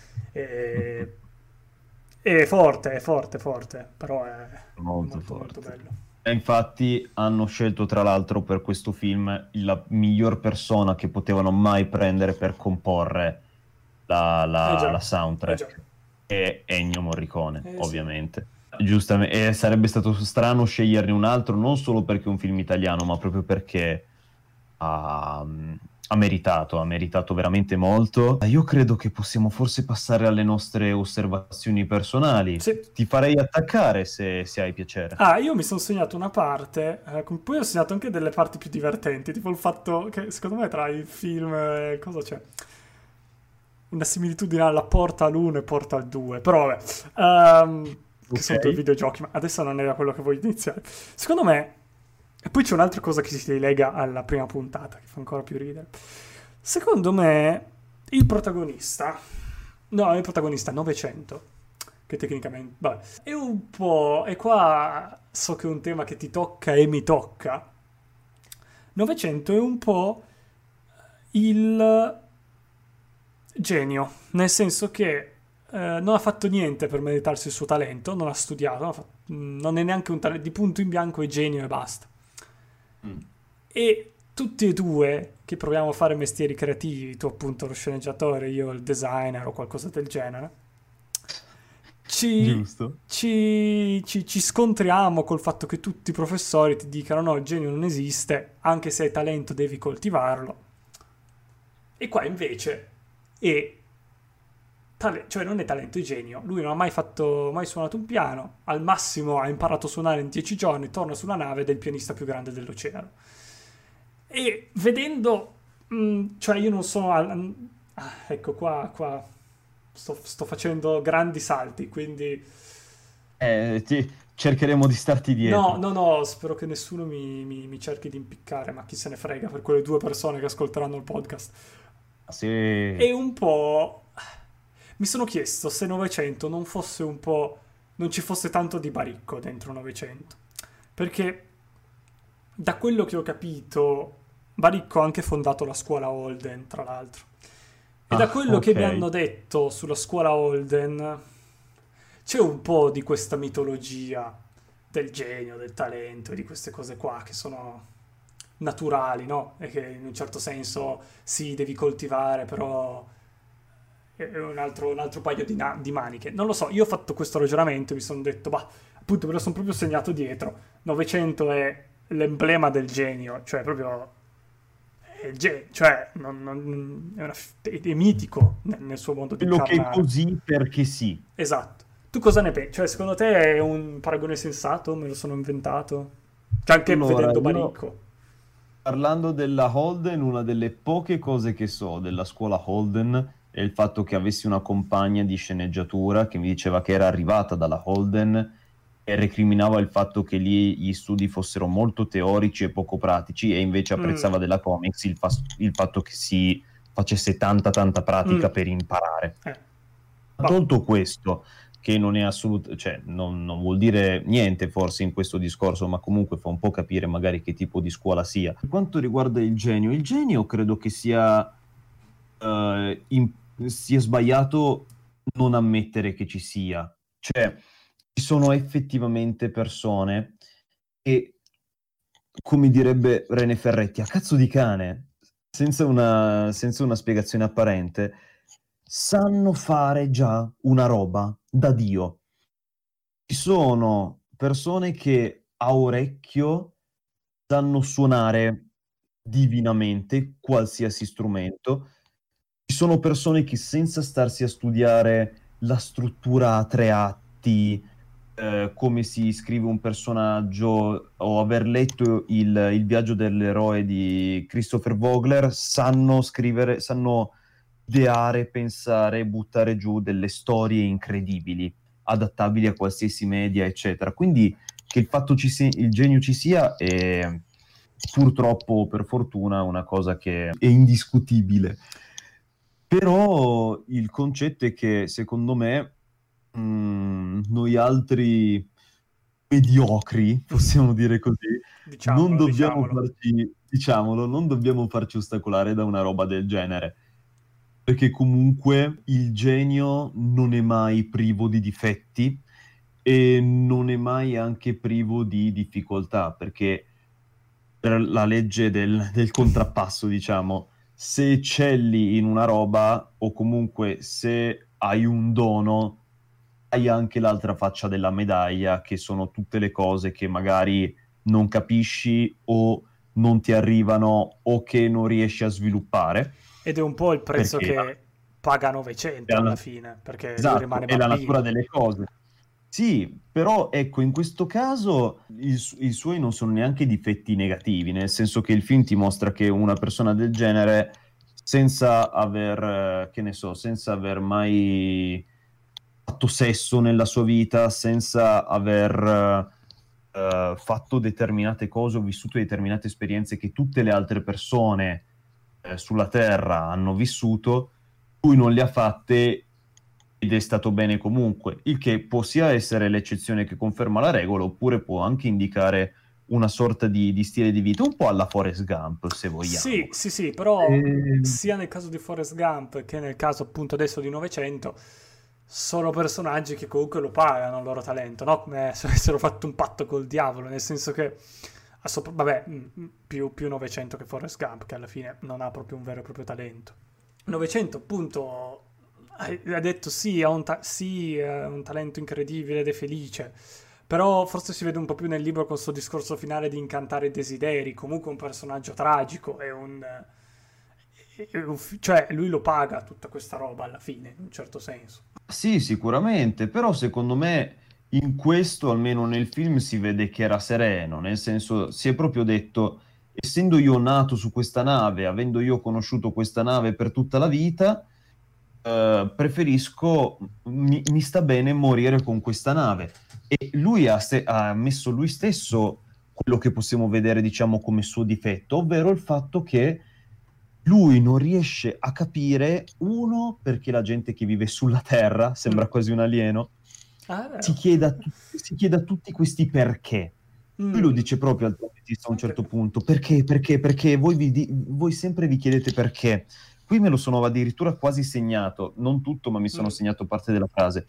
E, è forte, è forte, forte, però è Molto molto molto forte. bello. E infatti hanno scelto tra l'altro per questo film la miglior persona che potevano mai prendere per comporre la, Eh la- la già, eh già. soundtrack, che è Ennio Morricone, Eh sì. ovviamente. Giustamente, e sarebbe stato strano sceglierne un altro, non solo perché è un film italiano, ma proprio perché ha, ha meritato, ha meritato veramente molto. Io credo che possiamo forse passare alle nostre osservazioni personali. Sì. Ti farei attaccare se, se hai piacere. Ah, io mi sono segnato una parte, eh, con- poi ho segnato anche delle parti più divertenti, tipo il fatto che secondo me tra il film e cosa c'è? Una similitudine alla Porta all'uno e Porta al due, però vabbè, Ehm, che sono due Ok. videogiochi, ma adesso non era quello che voglio iniziare. Secondo me, e poi c'è un'altra cosa che si lega alla prima puntata, che fa ancora più ridere. Secondo me, il protagonista, no, il protagonista novecento, che tecnicamente, vabbè, è un po', e qua so che è un tema che ti tocca e mi tocca. novecento è un po' il genio, nel senso che eh, non ha fatto niente per meritarsi il suo talento, non ha studiato, non, ha fatto- non è neanche un talento, di punto in bianco è genio e basta. Mm. E tutti e due che proviamo a fare mestieri creativi, tu appunto lo sceneggiatore, io il designer o qualcosa del genere, ci, Giusto. ci, ci- ci scontriamo col fatto che tutti i professori ti dicano no, il genio non esiste, anche se hai talento devi coltivarlo. E qua invece è tale- cioè non è talento, è genio. Lui non ha mai fatto, mai suonato un piano, al massimo ha imparato a suonare in dieci giorni, torna sulla nave ed è il pianista più grande dell'oceano. E vedendo, mh, cioè io non sono... al- ah, ecco qua, qua sto, sto facendo grandi salti, quindi... Eh, ti- cercheremo di starti No, dietro. no, no, spero che nessuno mi, mi- mi cerchi di impiccare, ma chi se ne frega per quelle due persone che ascolteranno il podcast. Sì. E un po'... Mi sono chiesto se novecento non fosse un po'... non ci fosse tanto di baricco dentro novecento. Perché da quello che ho capito, Baricco ha anche fondato la scuola Holden, tra l'altro. E da Ah, quello che mi ok. hanno detto sulla scuola Holden, c'è un po' di questa mitologia del genio, del talento e di queste cose qua che sono naturali, no? E che in un certo senso sì, devi coltivare, però è un altro, un altro paio di, na- di maniche. Non lo so, io ho fatto questo ragionamento e mi sono detto, bah, appunto me lo sono proprio segnato dietro. novecento è l'emblema del genio, cioè proprio è, il ge- cioè, non- non- è, una f- è- è mitico nel, nel suo modo di Quello che è incarnare. così perché sì. Esatto. Tu cosa ne pensi? Cioè, secondo te è un paragone sensato? Me lo sono inventato? Cioè, anche Allora, vedendo io Baricco. parlando della Holden, una delle poche cose che so della scuola Holden è il fatto che avessi una compagna di sceneggiatura che mi diceva che era arrivata dalla Holden e recriminava il fatto che lì gli studi fossero molto teorici e poco pratici e invece Mm, apprezzava della comics il, fa- il fatto che si facesse tanta tanta mm, pratica per imparare. eh, bah, Tolto questo, che non è assolutamente, cioè non, non vuol dire niente forse in questo discorso, ma comunque fa un po' capire magari che tipo di scuola sia. Per quanto riguarda il genio, il genio credo che sia, eh, in- sia sbagliato non ammettere che ci sia. Cioè, ci sono effettivamente persone che, come direbbe Rene Ferretti, a cazzo di cane, senza una, senza una spiegazione apparente, sanno fare già una roba da Dio. Ci sono persone che a orecchio sanno suonare divinamente qualsiasi strumento. Ci sono persone che senza starsi a studiare la struttura a tre atti, eh, come si scrive un personaggio, o aver letto il, il viaggio dell'eroe di Christopher Vogler, sanno scrivere, sanno ideare, pensare, buttare giù delle storie incredibili, adattabili a qualsiasi media, eccetera. Quindi che il fatto ci sia, il genio ci sia è purtroppo o per fortuna una cosa che è indiscutibile. Però il concetto è che secondo me mh, noi altri mediocri, possiamo dire così, non Diciamolo, dobbiamo diciamolo. farci, diciamolo, non dobbiamo farci ostacolare da una roba del genere, perché comunque il genio non è mai privo di difetti e non è mai anche privo di difficoltà, perché per la legge del, del contrappasso, diciamo, se eccelli in una roba o comunque se hai un dono, hai anche l'altra faccia della medaglia, che sono tutte le cose che magari non capisci o non ti arrivano o che non riesci a sviluppare, Ed è un po' il prezzo perché che paga è Novecento alla la, fine, perché lui esatto, rimane è la natura bambino. delle cose. Sì, però ecco, in questo caso i, su- i suoi non sono neanche difetti negativi, nel senso che il film ti mostra che una persona del genere, senza aver, eh, che ne so, senza aver mai fatto sesso nella sua vita, senza aver eh, eh, fatto determinate cose o vissuto determinate esperienze che tutte le altre persone eh, sulla Terra hanno vissuto, lui non le ha fatte ed è stato bene comunque, il che può sia essere l'eccezione che conferma la regola, oppure può anche indicare una sorta di, di stile di vita, un po' alla Forrest Gump, se vogliamo. Sì, sì, sì, però E- sia nel caso di Forrest Gump che nel caso appunto adesso di Novecento sono personaggi che comunque lo pagano il loro talento, no? Come se avessero fatto un patto col diavolo, nel senso che, ha sopra- vabbè, mm, mm, più, più Novecento che Forrest Gump, che alla fine non ha proprio un vero e proprio talento. Novecento appunto hai ha detto sì, ha un, ta- sì, ha un talento incredibile ed è felice, però forse si vede un po' più nel libro con questo discorso finale di incantare i desideri, comunque un personaggio tragico, è un... è un fi- cioè lui lo paga tutta questa roba alla fine, in un certo senso. Sì, sicuramente, però secondo me in questo, almeno nel film, si vede che era sereno, nel senso si è proprio detto, essendo io nato su questa nave, avendo io conosciuto questa nave per tutta la vita, eh, preferisco, mi, mi sta bene morire con questa nave. E lui ha, se- ha messo lui stesso quello che possiamo vedere, diciamo, come suo difetto, ovvero il fatto che lui non riesce a capire, uno, perché la gente che vive sulla Terra, sembra Mm. quasi un alieno, Ah, è si vero. chiede a, tu- si chiede a tutti questi perché. Lui lo Mm. dice proprio al trombetta a un Anche... certo punto, perché, perché, perché, voi, vi di- voi sempre vi chiedete perché. Qui me lo sono addirittura quasi segnato, non tutto, ma mi sono Mm. segnato parte della frase.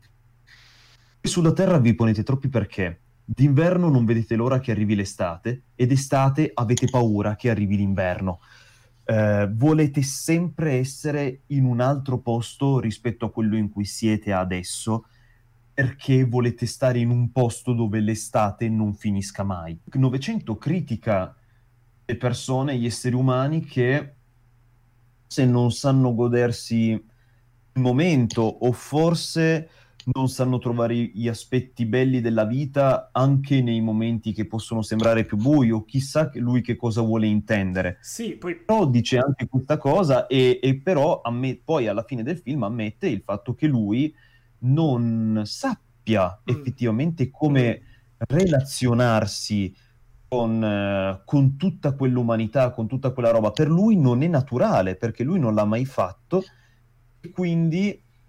Sulla Terra vi ponete troppi perché. D'inverno non vedete l'ora che arrivi l'estate, ed estate avete paura che arrivi l'inverno. Eh, volete sempre essere in un altro posto rispetto a quello in cui siete adesso, perché volete stare in un posto dove l'estate non finisca mai. Il Novecento critica le persone, gli esseri umani che se non sanno godersi il momento o forse non sanno trovare gli aspetti belli della vita anche nei momenti che possono sembrare più bui o chissà che- lui che cosa vuole intendere. Sì, poi... Però dice anche questa cosa e, e però amme- poi alla fine del film ammette il fatto che lui non sappia Mm. effettivamente Mm. come relazionarsi con, eh, con tutta quell'umanità, con tutta quella roba. Per lui non è naturale, perché lui non l'ha mai fatto, e quindi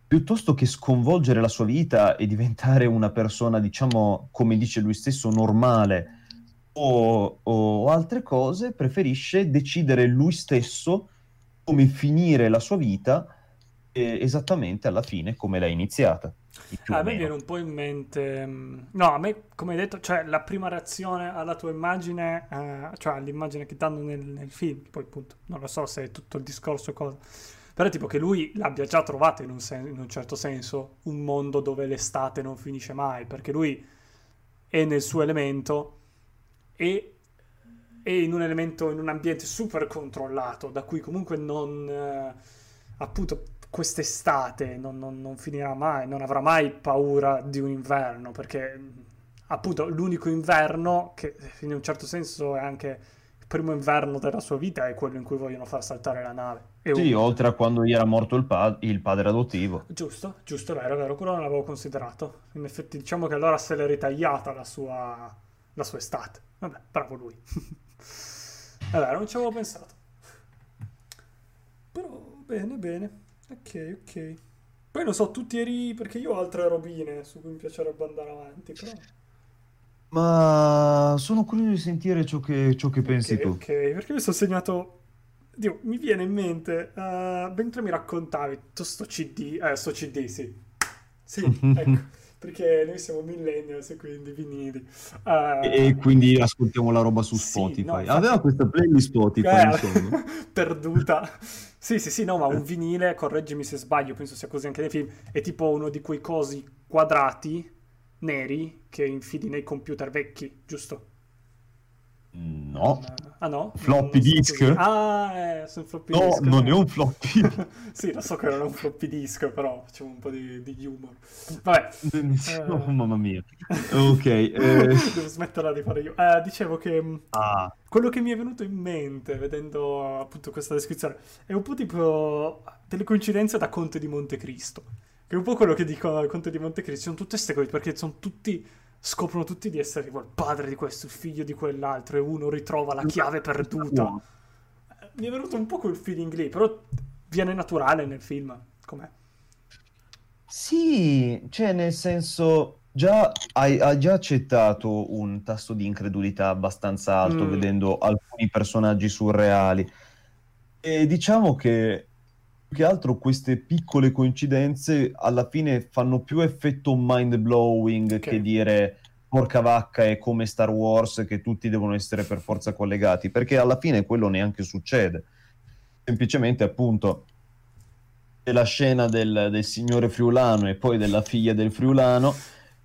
piuttosto che sconvolgere la sua vita e diventare una persona, diciamo, come dice lui stesso, normale o, o altre cose, preferisce decidere lui stesso come finire la sua vita eh, esattamente alla fine come l'ha iniziata, più Ah, o a me viene meno. un po' in mente, mm, no, a me, come hai detto, cioè la prima reazione alla tua immagine, eh, cioè all'immagine che danno nel, nel film, che poi appunto non lo so se è tutto il discorso o cosa, però tipo che lui l'abbia già trovato in un, sen- in un certo senso un mondo dove l'estate non finisce mai, perché lui è nel suo elemento e è in un elemento, in un ambiente super controllato, da cui comunque non, eh, appunto, quest'estate non, non- non finirà mai, non avrà mai paura di un inverno, perché appunto l'unico inverno che in un certo senso è anche il primo inverno della sua vita è quello in cui vogliono far saltare la nave. E Sì, un- oltre a quando gli era morto il, pa- il padre adottivo. Giusto, giusto, vero, vero, quello non l'avevo considerato. In effetti diciamo che allora se l'è ritagliata la sua, la sua estate. Vabbè, bravo lui. È vero, non ci avevo pensato. Però, bene, bene. Ok, ok. Poi non so, tu ti eri... perché io ho altre robine su cui mi piacerebbe andare avanti, però... Ma sono curioso di sentire ciò che, ciò che pensi Ok, tu. ok, perché mi sono segnato... Dio, mi viene in mente, eh, mentre mi raccontavi tutto sto C D, eh, sto C D, sì. Sì, ecco, perché noi siamo millennials e quindi vinili. E Eh, quindi ascoltiamo la roba su sì, no, Spotify. Aveva infatti... questa playlist Spotify, Eh, insomma. perduta. Sì, sì, sì, no, ma un vinile, correggimi se sbaglio, penso sia così anche nei film, è tipo uno di quei cosi quadrati neri che infili nei computer vecchi, giusto? No. Non... Ah no? Non, Floppy non sono disk? così. Ah, eh, sono floppy No, disk. non è Eh. un floppy. Sì, lo so che non è un floppy disk, però facciamo un po' di, di humor. Vabbè. Oh, eh, mamma mia. Ok. eh, Devo smetterla di fare io. Eh, dicevo che mh, Ah, quello che mi è venuto in mente vedendo appunto questa descrizione è un po' tipo delle coincidenze da Conte di Montecristo. Che è un po' quello che dico al Conte di Montecristo. Sono tutte queste cose perché sono tutti. Scoprono tutti di essere tipo il padre di questo, il figlio di quell'altro, e uno ritrova la una chiave cosa perduta. buona. Eh, Mi è venuto un po' quel feeling lì, però viene naturale nel film. Com'è? Sì, cioè nel senso, già hai, hai già accettato un tasso di incredulità abbastanza alto Mm, vedendo alcuni personaggi surreali. E diciamo che più che altro queste piccole coincidenze alla fine fanno più effetto mind blowing ok. che dire porca vacca è come Star Wars che tutti devono essere per forza collegati, perché alla fine quello neanche succede. Semplicemente appunto c'è la scena del, del signore friulano e poi della figlia del friulano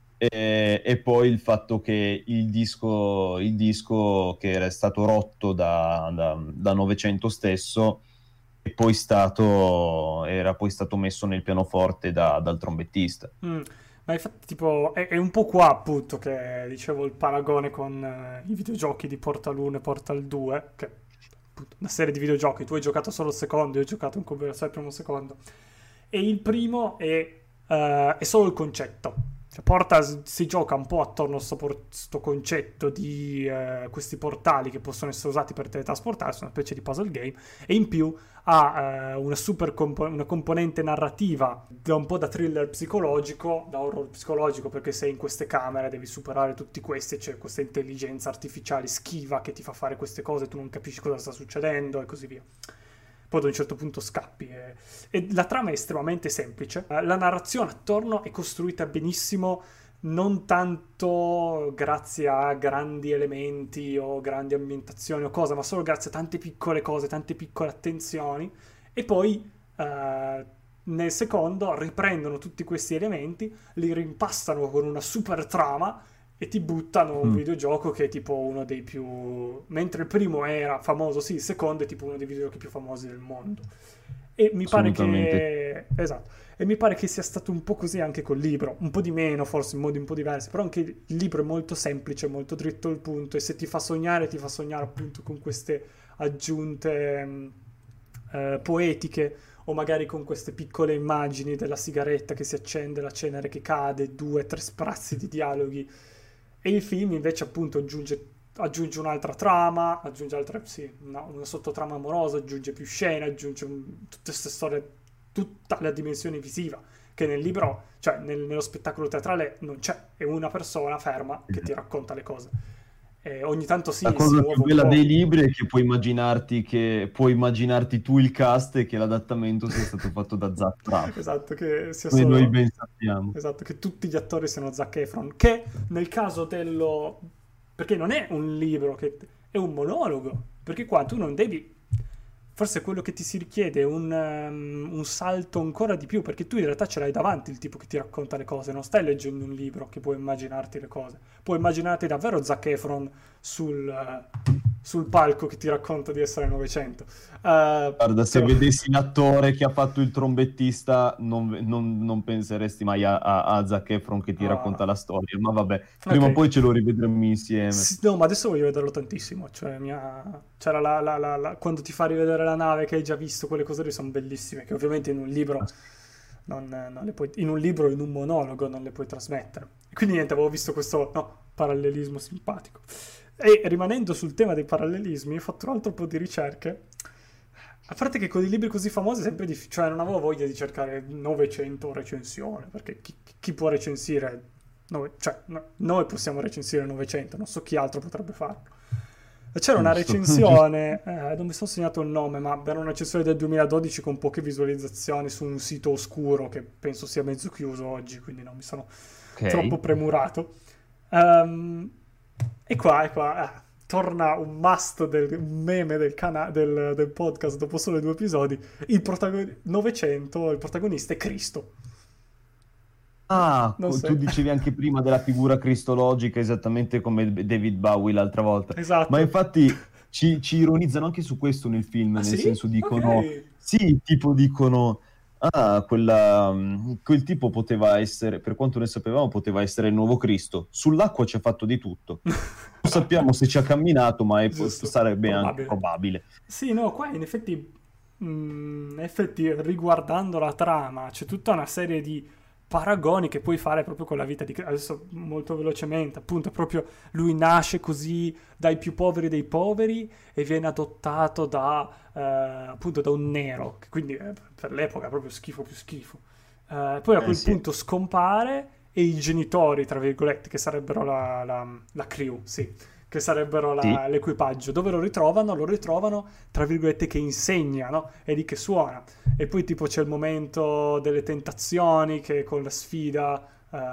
e, e poi il fatto che il disco, il disco che era stato rotto da, da, da Novecento stesso è poi stato, era poi stato messo nel pianoforte da- dal trombettista. Mm. Ma infatti, tipo, è, è un po' qua appunto che dicevo il paragone con eh, i videogiochi di Portal uno e Portal due, che appunto una serie di videogiochi. Tu hai giocato solo il secondo, io ho giocato in conversione il primo e il secondo. E il primo è, eh, è solo il concetto. Cioè, Portal si gioca un po' attorno a questo concetto di eh, questi portali che possono essere usati per teletrasportarsi, una specie di puzzle game, e in più ha eh, una super compo- una componente narrativa da un po' da thriller psicologico, da horror psicologico, perché sei in queste camere, devi superare tutti questi, c'è questa intelligenza artificiale schiva che ti fa fare queste cose, tu non capisci cosa sta succedendo e così via. Poi ad un certo punto scappi. E, e la trama è estremamente semplice. Eh, La narrazione attorno è costruita benissimo, non tanto grazie a grandi elementi o grandi ambientazioni o cosa, ma solo grazie a tante piccole cose, tante piccole attenzioni. E poi eh, nel secondo riprendono tutti questi elementi, li rimpastano con una super trama e ti buttano un Mm, videogioco che è tipo uno dei più... Mentre il primo era famoso, sì, il secondo è tipo uno dei videogiochi più famosi del mondo. E mi pare assolutamente. che... Esatto. E mi pare che sia stato un po' così anche col libro, un po' di meno, forse in modi un po' diversi, però anche il libro è molto semplice, molto dritto al punto e se ti fa sognare, ti fa sognare appunto con queste aggiunte mh, eh, poetiche o magari con queste piccole immagini della sigaretta che si accende, la cenere che cade, due, tre sprazzi di dialoghi. E il film invece appunto aggiunge, aggiunge un'altra trama, aggiunge altre, sì, una, una sottotrama amorosa, aggiunge più scene, aggiunge un- tutte queste storie, tutta la dimensione visiva che nel libro, cioè nel- nello spettacolo teatrale non c'è, è una persona ferma che ti Esatto. racconta le cose. E ogni tanto La sì, si cosa più muove un bella po'. dei libri è che puoi immaginarti che puoi immaginarti tu il cast e che l'adattamento sia stato fatto da Zach Braff, Esatto, che sia come noi solo... ben sappiamo. Esatto, che tutti gli attori siano Zac Efron, che nel caso dello... perché non è un libro, che è un monologo, perché qua tu non devi... Forse quello che ti si richiede è un, um, un salto ancora di più, perché tu in realtà ce l'hai davanti il tipo che ti racconta le cose, non stai leggendo un libro che puoi immaginarti le cose. Puoi immaginarti davvero Zac Efron sul, eh, sul palco che ti racconta di essere Novecento. Uh, Guarda, se però... vedessi l'attore che ha fatto il trombettista, non, non- non penseresti mai a, a, a Zac Efron che ti racconta ah, la storia. Ma vabbè, prima o ok. poi ce lo rivedremo insieme. Sì, no, ma adesso voglio vederlo tantissimo. Cioè, mi ha- c'era la, la- la- la- quando ti fa rivedere la nave che hai già visto, quelle cose lì sono bellissime, che ovviamente in un libro non, non le puoi, in un libro, in un monologo non le puoi trasmettere. E quindi niente, avevo visto questo no, parallelismo simpatico. E rimanendo sul tema dei parallelismi, ho fatto un altro po' di ricerche. A parte che con i libri così famosi è sempre difficile, cioè non avevo voglia di cercare Novecento recensione, perché chi, chi può recensire, nove- cioè no- noi possiamo recensire Novecento, non so chi altro potrebbe farlo. E c'era una Giusto, giusto. recensione, eh, non mi sono segnato il nome, ma era una recensione del duemiladodici con poche visualizzazioni su un sito oscuro che penso sia mezzo chiuso oggi, quindi non mi sono Ok. troppo premurato. Ehm, e qua, e qua, eh, torna un must del un meme del, cana- del, del podcast dopo solo due episodi. Il protagonista Novecento, il protagonista è Cristo. Ah, Non co- so. tu dicevi anche prima della figura cristologica, esattamente come David Bowie l'altra volta. Ma Esatto. infatti ci, ci ironizzano anche su questo nel film, Ah nel sì? senso dicono, Ok. sì, tipo dicono, ah, quella, mm, quel tipo poteva essere, per quanto ne sapevamo, poteva essere il nuovo Cristo. Sull'acqua ci ha fatto di tutto. Non sappiamo se ci ha camminato, ma è- Giusto, sarebbe anche probabile. probabile. Sì, no, qua in effetti, mm, in effetti riguardando la trama c'è tutta una serie di paragoni che puoi fare proprio con la vita di Cristo. Adesso molto velocemente, appunto, proprio lui nasce così dai più poveri dei poveri e viene adottato da, eh, appunto, da un nero, che quindi eh, per l'epoca è proprio schifo più schifo. Eh, poi a Eh quel sì. punto scompare e i genitori, tra virgolette, che sarebbero la, la, la crew, sì, che sarebbero Sì, la- l'equipaggio, dove lo ritrovano? Lo ritrovano, tra virgolette, che insegna, no? E lì che suona. E poi tipo c'è il momento delle tentazioni che con la sfida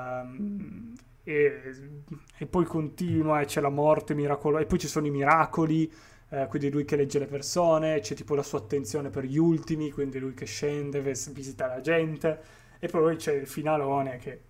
ehm, e, e poi continua e c'è la morte miracolosa e poi ci sono i miracoli, eh, quindi lui che legge le persone, c'è tipo la sua attenzione per gli ultimi, quindi lui che scende, ves- visita la gente e poi c'è il finalone che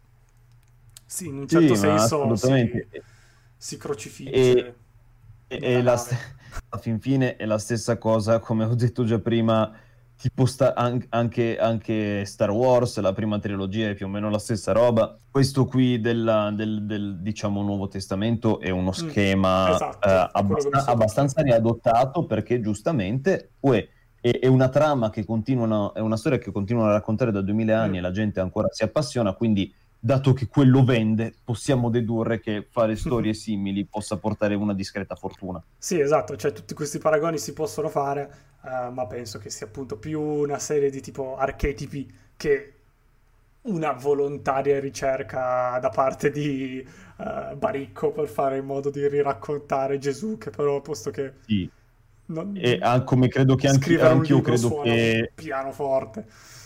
sì, in un certo sì, ma senso si, assolutamente. si E, crocifigge E, nella e la st- nave. alla fin fine è la stessa cosa, come ho detto già prima, tipo sta- an- anche, anche Star Wars, la prima trilogia è più o meno la stessa roba. Questo qui della- del, del, diciamo, Nuovo Testamento è uno Mm, schema esatto, eh, è quello che ho abbast- visto anch'io. abbastanza riadottato perché giustamente uè, è, è una trama che continuano, è una storia che continuano a raccontare da duemila anni Mm. e la gente ancora si appassiona, quindi dato che quello vende, possiamo dedurre che fare storie simili possa portare una discreta fortuna. Sì, esatto, cioè tutti questi paragoni si possono fare, eh, ma penso che sia appunto più una serie di tipo archetipi che una volontaria ricerca da parte di eh, Baricco per fare in modo di riraccontare Gesù, che però posto che Sì, e non- ah, come credo che anche scrivere un anch'io libro credo suona un che pianoforte.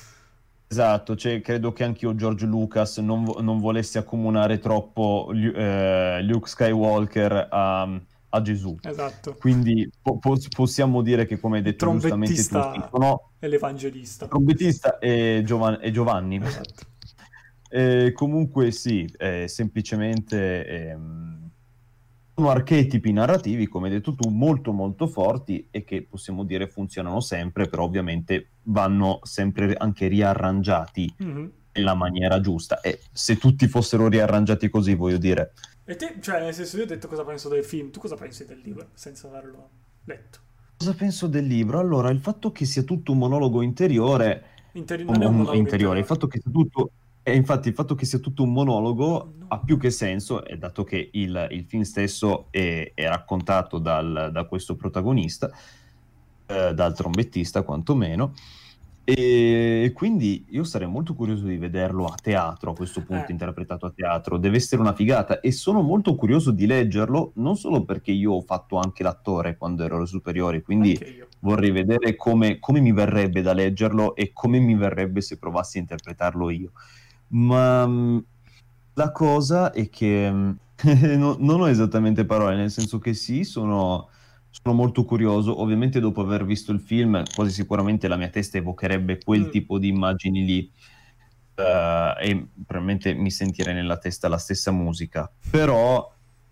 esatto, cioè, credo che anch'io George Lucas non, vo- non volesse accomunare troppo Lu- eh, Luke Skywalker a, a Gesù. Esatto, Quindi po- po- possiamo dire che, come hai il detto giustamente tu, sì, trombettista sono e l'evangelista. trombettista e, Giovan- e Giovanni. Esatto. Eh, comunque sì, eh, semplicemente ehm, sono archetipi narrativi, come hai detto tu, molto molto forti e che possiamo dire funzionano sempre, però ovviamente vanno sempre anche riarrangiati Mhm. nella maniera giusta. E se tutti fossero riarrangiati così, voglio dire, E te, cioè, nel senso, io ho detto cosa penso del film, tu cosa pensi del libro, senza averlo letto? cosa penso del libro? Allora, il fatto che sia tutto un monologo interiore, Interi- non un- è un un- monologo interiore, il interiore. fatto che sia tutto, e infatti il fatto che sia tutto un monologo No. ha più che senso, e dato che il, il film stesso è, è raccontato dal- da questo protagonista, eh, dal trombettista quantomeno, E quindi io sarei molto curioso di vederlo a teatro, a questo punto, Eh, interpretato a teatro. Deve essere una figata e sono molto curioso di leggerlo, non solo perché io ho fatto anche l'attore quando ero alle superiori, quindi anche io. vorrei vedere come, come mi verrebbe da leggerlo e come mi verrebbe se provassi a interpretarlo io. Ma mh, la cosa è che mh, no- non ho esattamente parole, nel senso che sì, sono, sono molto curioso. Ovviamente dopo aver visto il film, quasi sicuramente la mia testa evocherebbe quel Mm, tipo di immagini lì, eh, e probabilmente mi sentirei nella testa la stessa musica. Però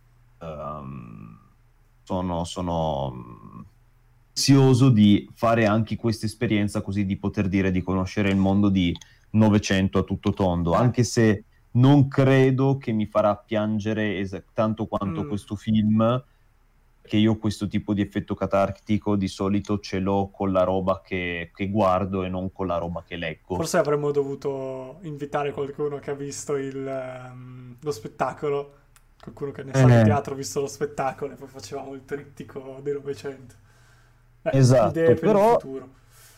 ehm, sono, sono mh, ansioso di fare anche questa esperienza, così di poter dire di conoscere il mondo di Novecento a tutto tondo, eh, anche se non credo che mi farà piangere es- tanto quanto mm. questo film, che io questo tipo di effetto catartico di solito ce l'ho con la roba che, che guardo e non con la roba che leggo. Forse avremmo dovuto invitare qualcuno che ha visto il, ehm, lo spettacolo, qualcuno che ne sa di Eh, teatro ha visto lo spettacolo e poi facevamo il trittico del Novecento. Beh, idee esatto, per il però futuro.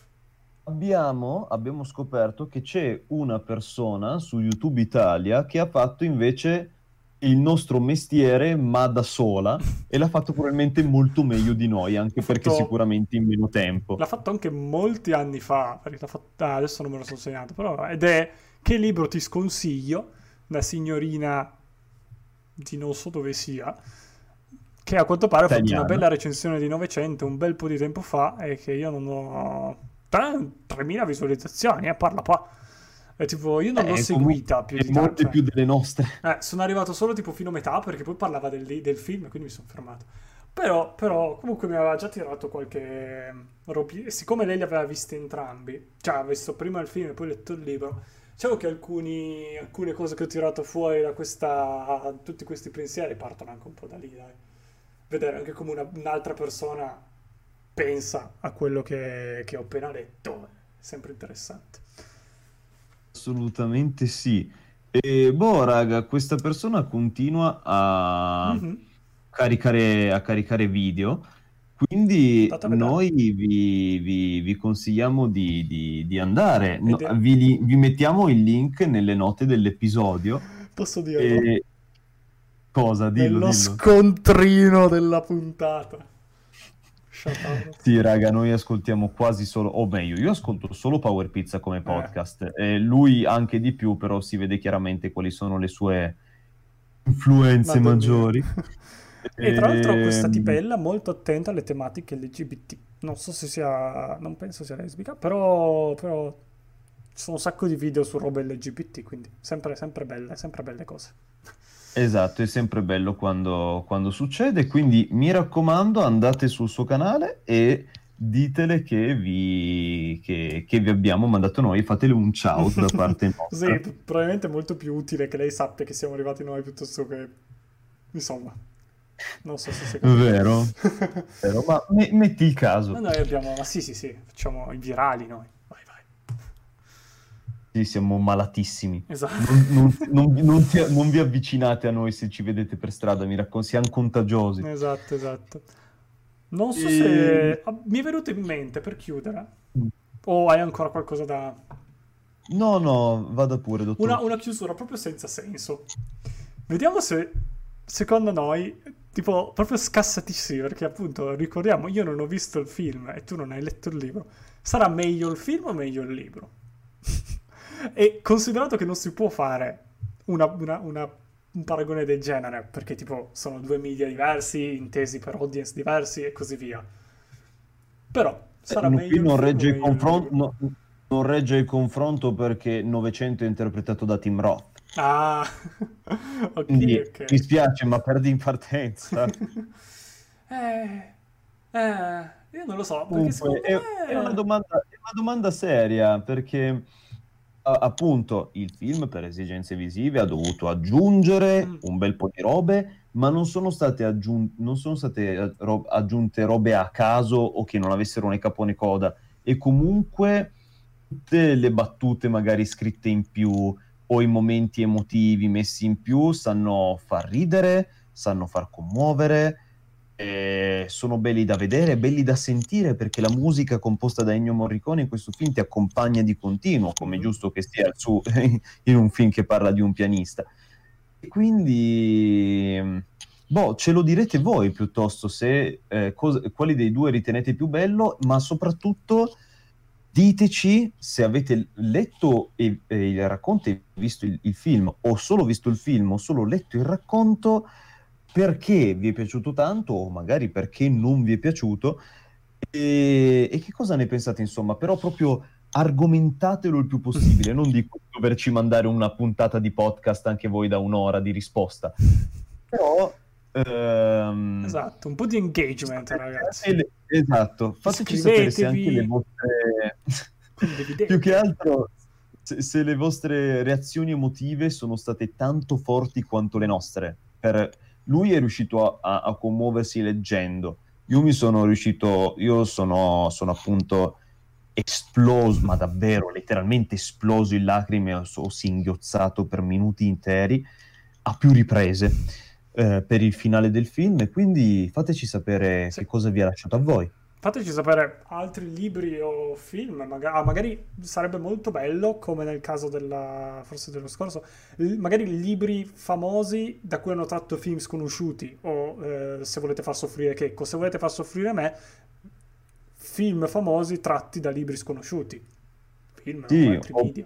abbiamo, abbiamo scoperto che c'è una persona su YouTube Italia che ha fatto invece il nostro mestiere, ma da sola, e l'ha fatto probabilmente molto meglio di noi, L'ha anche perché fatto, sicuramente in meno tempo. l'ha fatto anche molti anni fa, perché l'ha fatto, ah, adesso non me lo sono segnato, però, ed è Che libro ti sconsiglio, una signorina di non so dove sia, che a quanto pare ha fatto una Italiana. bella recensione di Novecento un bel po' di tempo fa e che io non ho... tre- tremila visualizzazioni, eh, parla qua. E tipo, io non l'ho Eh, comunque, seguita più è di tanto, molte cioè... più delle nostre. Eh, sono arrivato solo tipo fino a metà perché poi parlava del, del film, quindi mi sono fermato. Però, però, comunque mi aveva già tirato qualche robi... e siccome lei li aveva visti entrambi, cioè ha visto prima il film e poi letto il libro, diciamo che alcuni, alcune cose che ho tirato fuori da questa, tutti questi pensieri partono anche un po' da lì, dai. Vedere anche come una- un'altra persona pensa a quello che, che ho appena letto è sempre interessante. Assolutamente sì. E boh, raga, questa persona continua a Mhm. caricare, a caricare video, quindi Andate a vedere. noi vi, vi- vi consigliamo di, di- di andare. No, Ed è... vi, li- vi mettiamo il link nelle note dell'episodio. Posso dirlo? E cosa? Dillo, Nello dillo. scontrino della puntata. Shout out. Sì, raga, noi ascoltiamo quasi solo, o meglio, io ascolto solo Power Pizza come Eh, podcast, e lui anche di più, però si vede chiaramente quali sono le sue influenze Madonna mia. maggiori. E tra l'altro questa Ehm, tipella molto attenta alle tematiche L G B T. Non so se sia, non penso sia lesbica, però, però ci sono un sacco di video su robe L G B T, quindi sempre, sempre belle, sempre belle cose. esatto, è sempre bello quando, quando succede, quindi mi raccomando, andate sul suo canale e ditele che vi, che, che vi abbiamo mandato noi, fatele un ciao da parte Sì, nostra. p- probabilmente è molto più utile che lei sappia che siamo arrivati noi piuttosto che... Insomma, non so se si è capito. Vero? Vero, ma me- metti il Ma caso. noi abbiamo... Ma sì, sì, sì, facciamo i virali noi. Vai, vai. Sì, siamo malatissimi. Esatto. Non, non- non- non ti- non vi avvicinate a noi se ci vedete per strada, mi raccomando, siamo contagiosi. Esatto, esatto. Non so E... se... ah, mi è venuto in mente per chiudere. O hai ancora qualcosa da... No, no, vada pure, Una, dottor. una chiusura proprio senza senso. Vediamo se, secondo noi, tipo, proprio scassatissimi, perché appunto, ricordiamo, io non ho visto il film e tu non hai letto il libro. Sarà meglio il film o meglio il libro? E considerato che non si può fare una- una- una- un paragone del genere, perché tipo sono due media diversi, intesi per audience diversi e così via. Però, Eh, sarà no, qui meglio il non film o regge il meglio il confronto, libro? no, non regge il confronto perché Novecento è interpretato da Tim Roth. Ah, ok, Quindi ok. mi spiace, ma perdi in partenza. Eh, eh, io non lo so, perché Comunque, secondo è, è una me... domanda, è una domanda seria, perché a- appunto il film per esigenze visive ha dovuto aggiungere Mm, un bel po' di robe, ma non sono state, aggiun- non sono state eh, ro- aggiunte robe a caso o che non avessero né capo né coda. E comunque tutte le battute magari scritte in più o i momenti emotivi messi in più sanno far ridere, sanno far commuovere. eh, sono belli da vedere, belli da sentire, perché la musica composta da Ennio Morricone in questo film ti accompagna di continuo, come è Mhm. giusto che sia su, in un film che parla di un pianista. E quindi, boh, ce lo direte voi piuttosto se, eh, cos- quali dei due ritenete più bello, ma soprattutto diteci se avete letto e- e il racconto e visto il, il film, o solo visto il film, o solo letto il racconto, perché vi è piaciuto tanto, o magari perché non vi è piaciuto, e, e che cosa ne pensate, insomma, però proprio argomentatelo il più possibile, non dico di doverci mandare una puntata di podcast anche voi da un'ora di risposta, però ehm, Esatto, un po' di engagement, sapete ragazzi. anche le- esatto, fateci sapere se anche le Iscrivetevi, vostre più che condividete. altro se, se le vostre reazioni emotive sono state tanto forti quanto le nostre. Per... Lui è riuscito a, a- a commuoversi leggendo. Io mi sono riuscito, io sono, sono appunto esploso, ma davvero letteralmente esploso in lacrime, ho, ho singhiozzato per minuti interi a più riprese eh, per il finale del film, e quindi fateci sapere Sì. che cosa vi ha lasciato a voi. Fateci sapere altri libri o film, maga- ah, magari sarebbe molto bello, come nel caso della, forse dello scorso, l- magari libri famosi da cui hanno tratto film sconosciuti, o eh, se volete far soffrire Checco, se volete far soffrire me, film famosi tratti da libri sconosciuti, film o Sì, altri o media.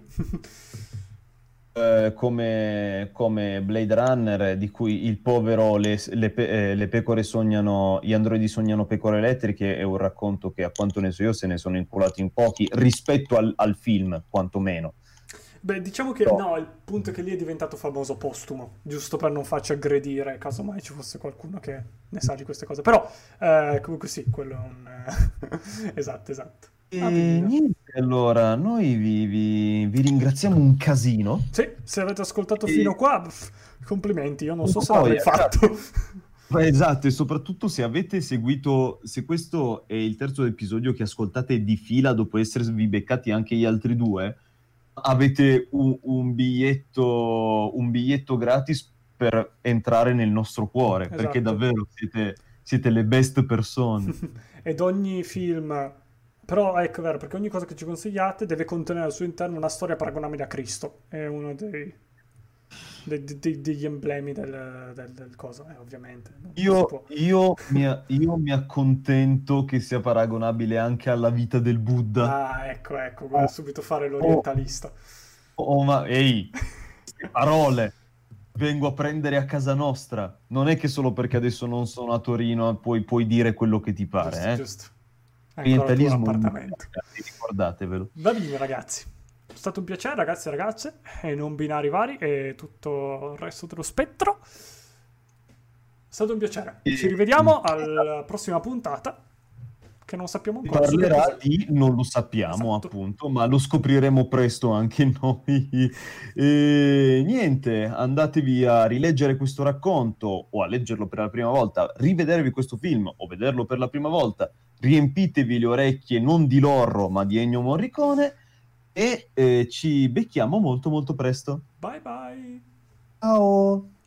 eh, come, come Blade Runner, eh, di cui il povero le, le pe- eh, le pecore sognano, gli androidi sognano pecore elettriche, è un racconto che a quanto ne so io se ne sono inculati in pochi rispetto al, al film, quantomeno. Beh, diciamo che Però, no, il punto è che lì è diventato famoso postumo, giusto per non farci aggredire, casomai ci fosse qualcuno che ne sa di queste cose. Però, eh, comunque sì, quello è un... eh, esatto, esatto. Va e bene. niente, allora, noi vi, vi- vi ringraziamo un casino. Sì, se avete ascoltato fino E qua, pff, complimenti, io non so se poi, l'avrei fatto. esatto, ma esatto, e soprattutto se avete seguito, se questo è il terzo episodio che ascoltate di fila dopo esservi beccati anche gli altri due, avete un, un biglietto, un biglietto gratis per entrare nel nostro cuore, perché Esatto. davvero siete, siete le best persone. Ed ogni film... Però ecco, è vero, perché ogni cosa che ci consigliate deve contenere al suo interno una storia paragonabile a Cristo. È uno dei, dei- dei- degli emblemi del, del, del coso, eh, ovviamente. Non, non si Io, può. io mi, io mi accontento che sia paragonabile anche alla vita del Buddha. Ah, ecco, ecco, volevo Oh, subito fare oh, l'orientalista. oh, ma ehi, queste parole vengo a prendere a casa nostra. Non è che solo perché adesso non sono a Torino puoi, puoi dire quello che ti Giusto, pare, eh? giusto. È ancora il tuo Orientalismo non appartamento. ragazzi, ricordatevelo. Va bene, ragazzi. È stato un piacere, ragazzi e ragazze, e non binari vari e tutto il resto dello spettro. È stato un piacere. E, Ci rivediamo alla prossima puntata, che non sappiamo si ancora su che parlerà cos'è. di, non lo sappiamo Esatto. appunto, ma lo scopriremo presto anche noi. E niente, andatevi a rileggere questo racconto o a leggerlo per la prima volta, rivedervi questo film o vederlo per la prima volta, riempitevi le orecchie non di Lorro ma di Ennio Morricone e eh, ci becchiamo molto molto presto. Bye bye. Ciao!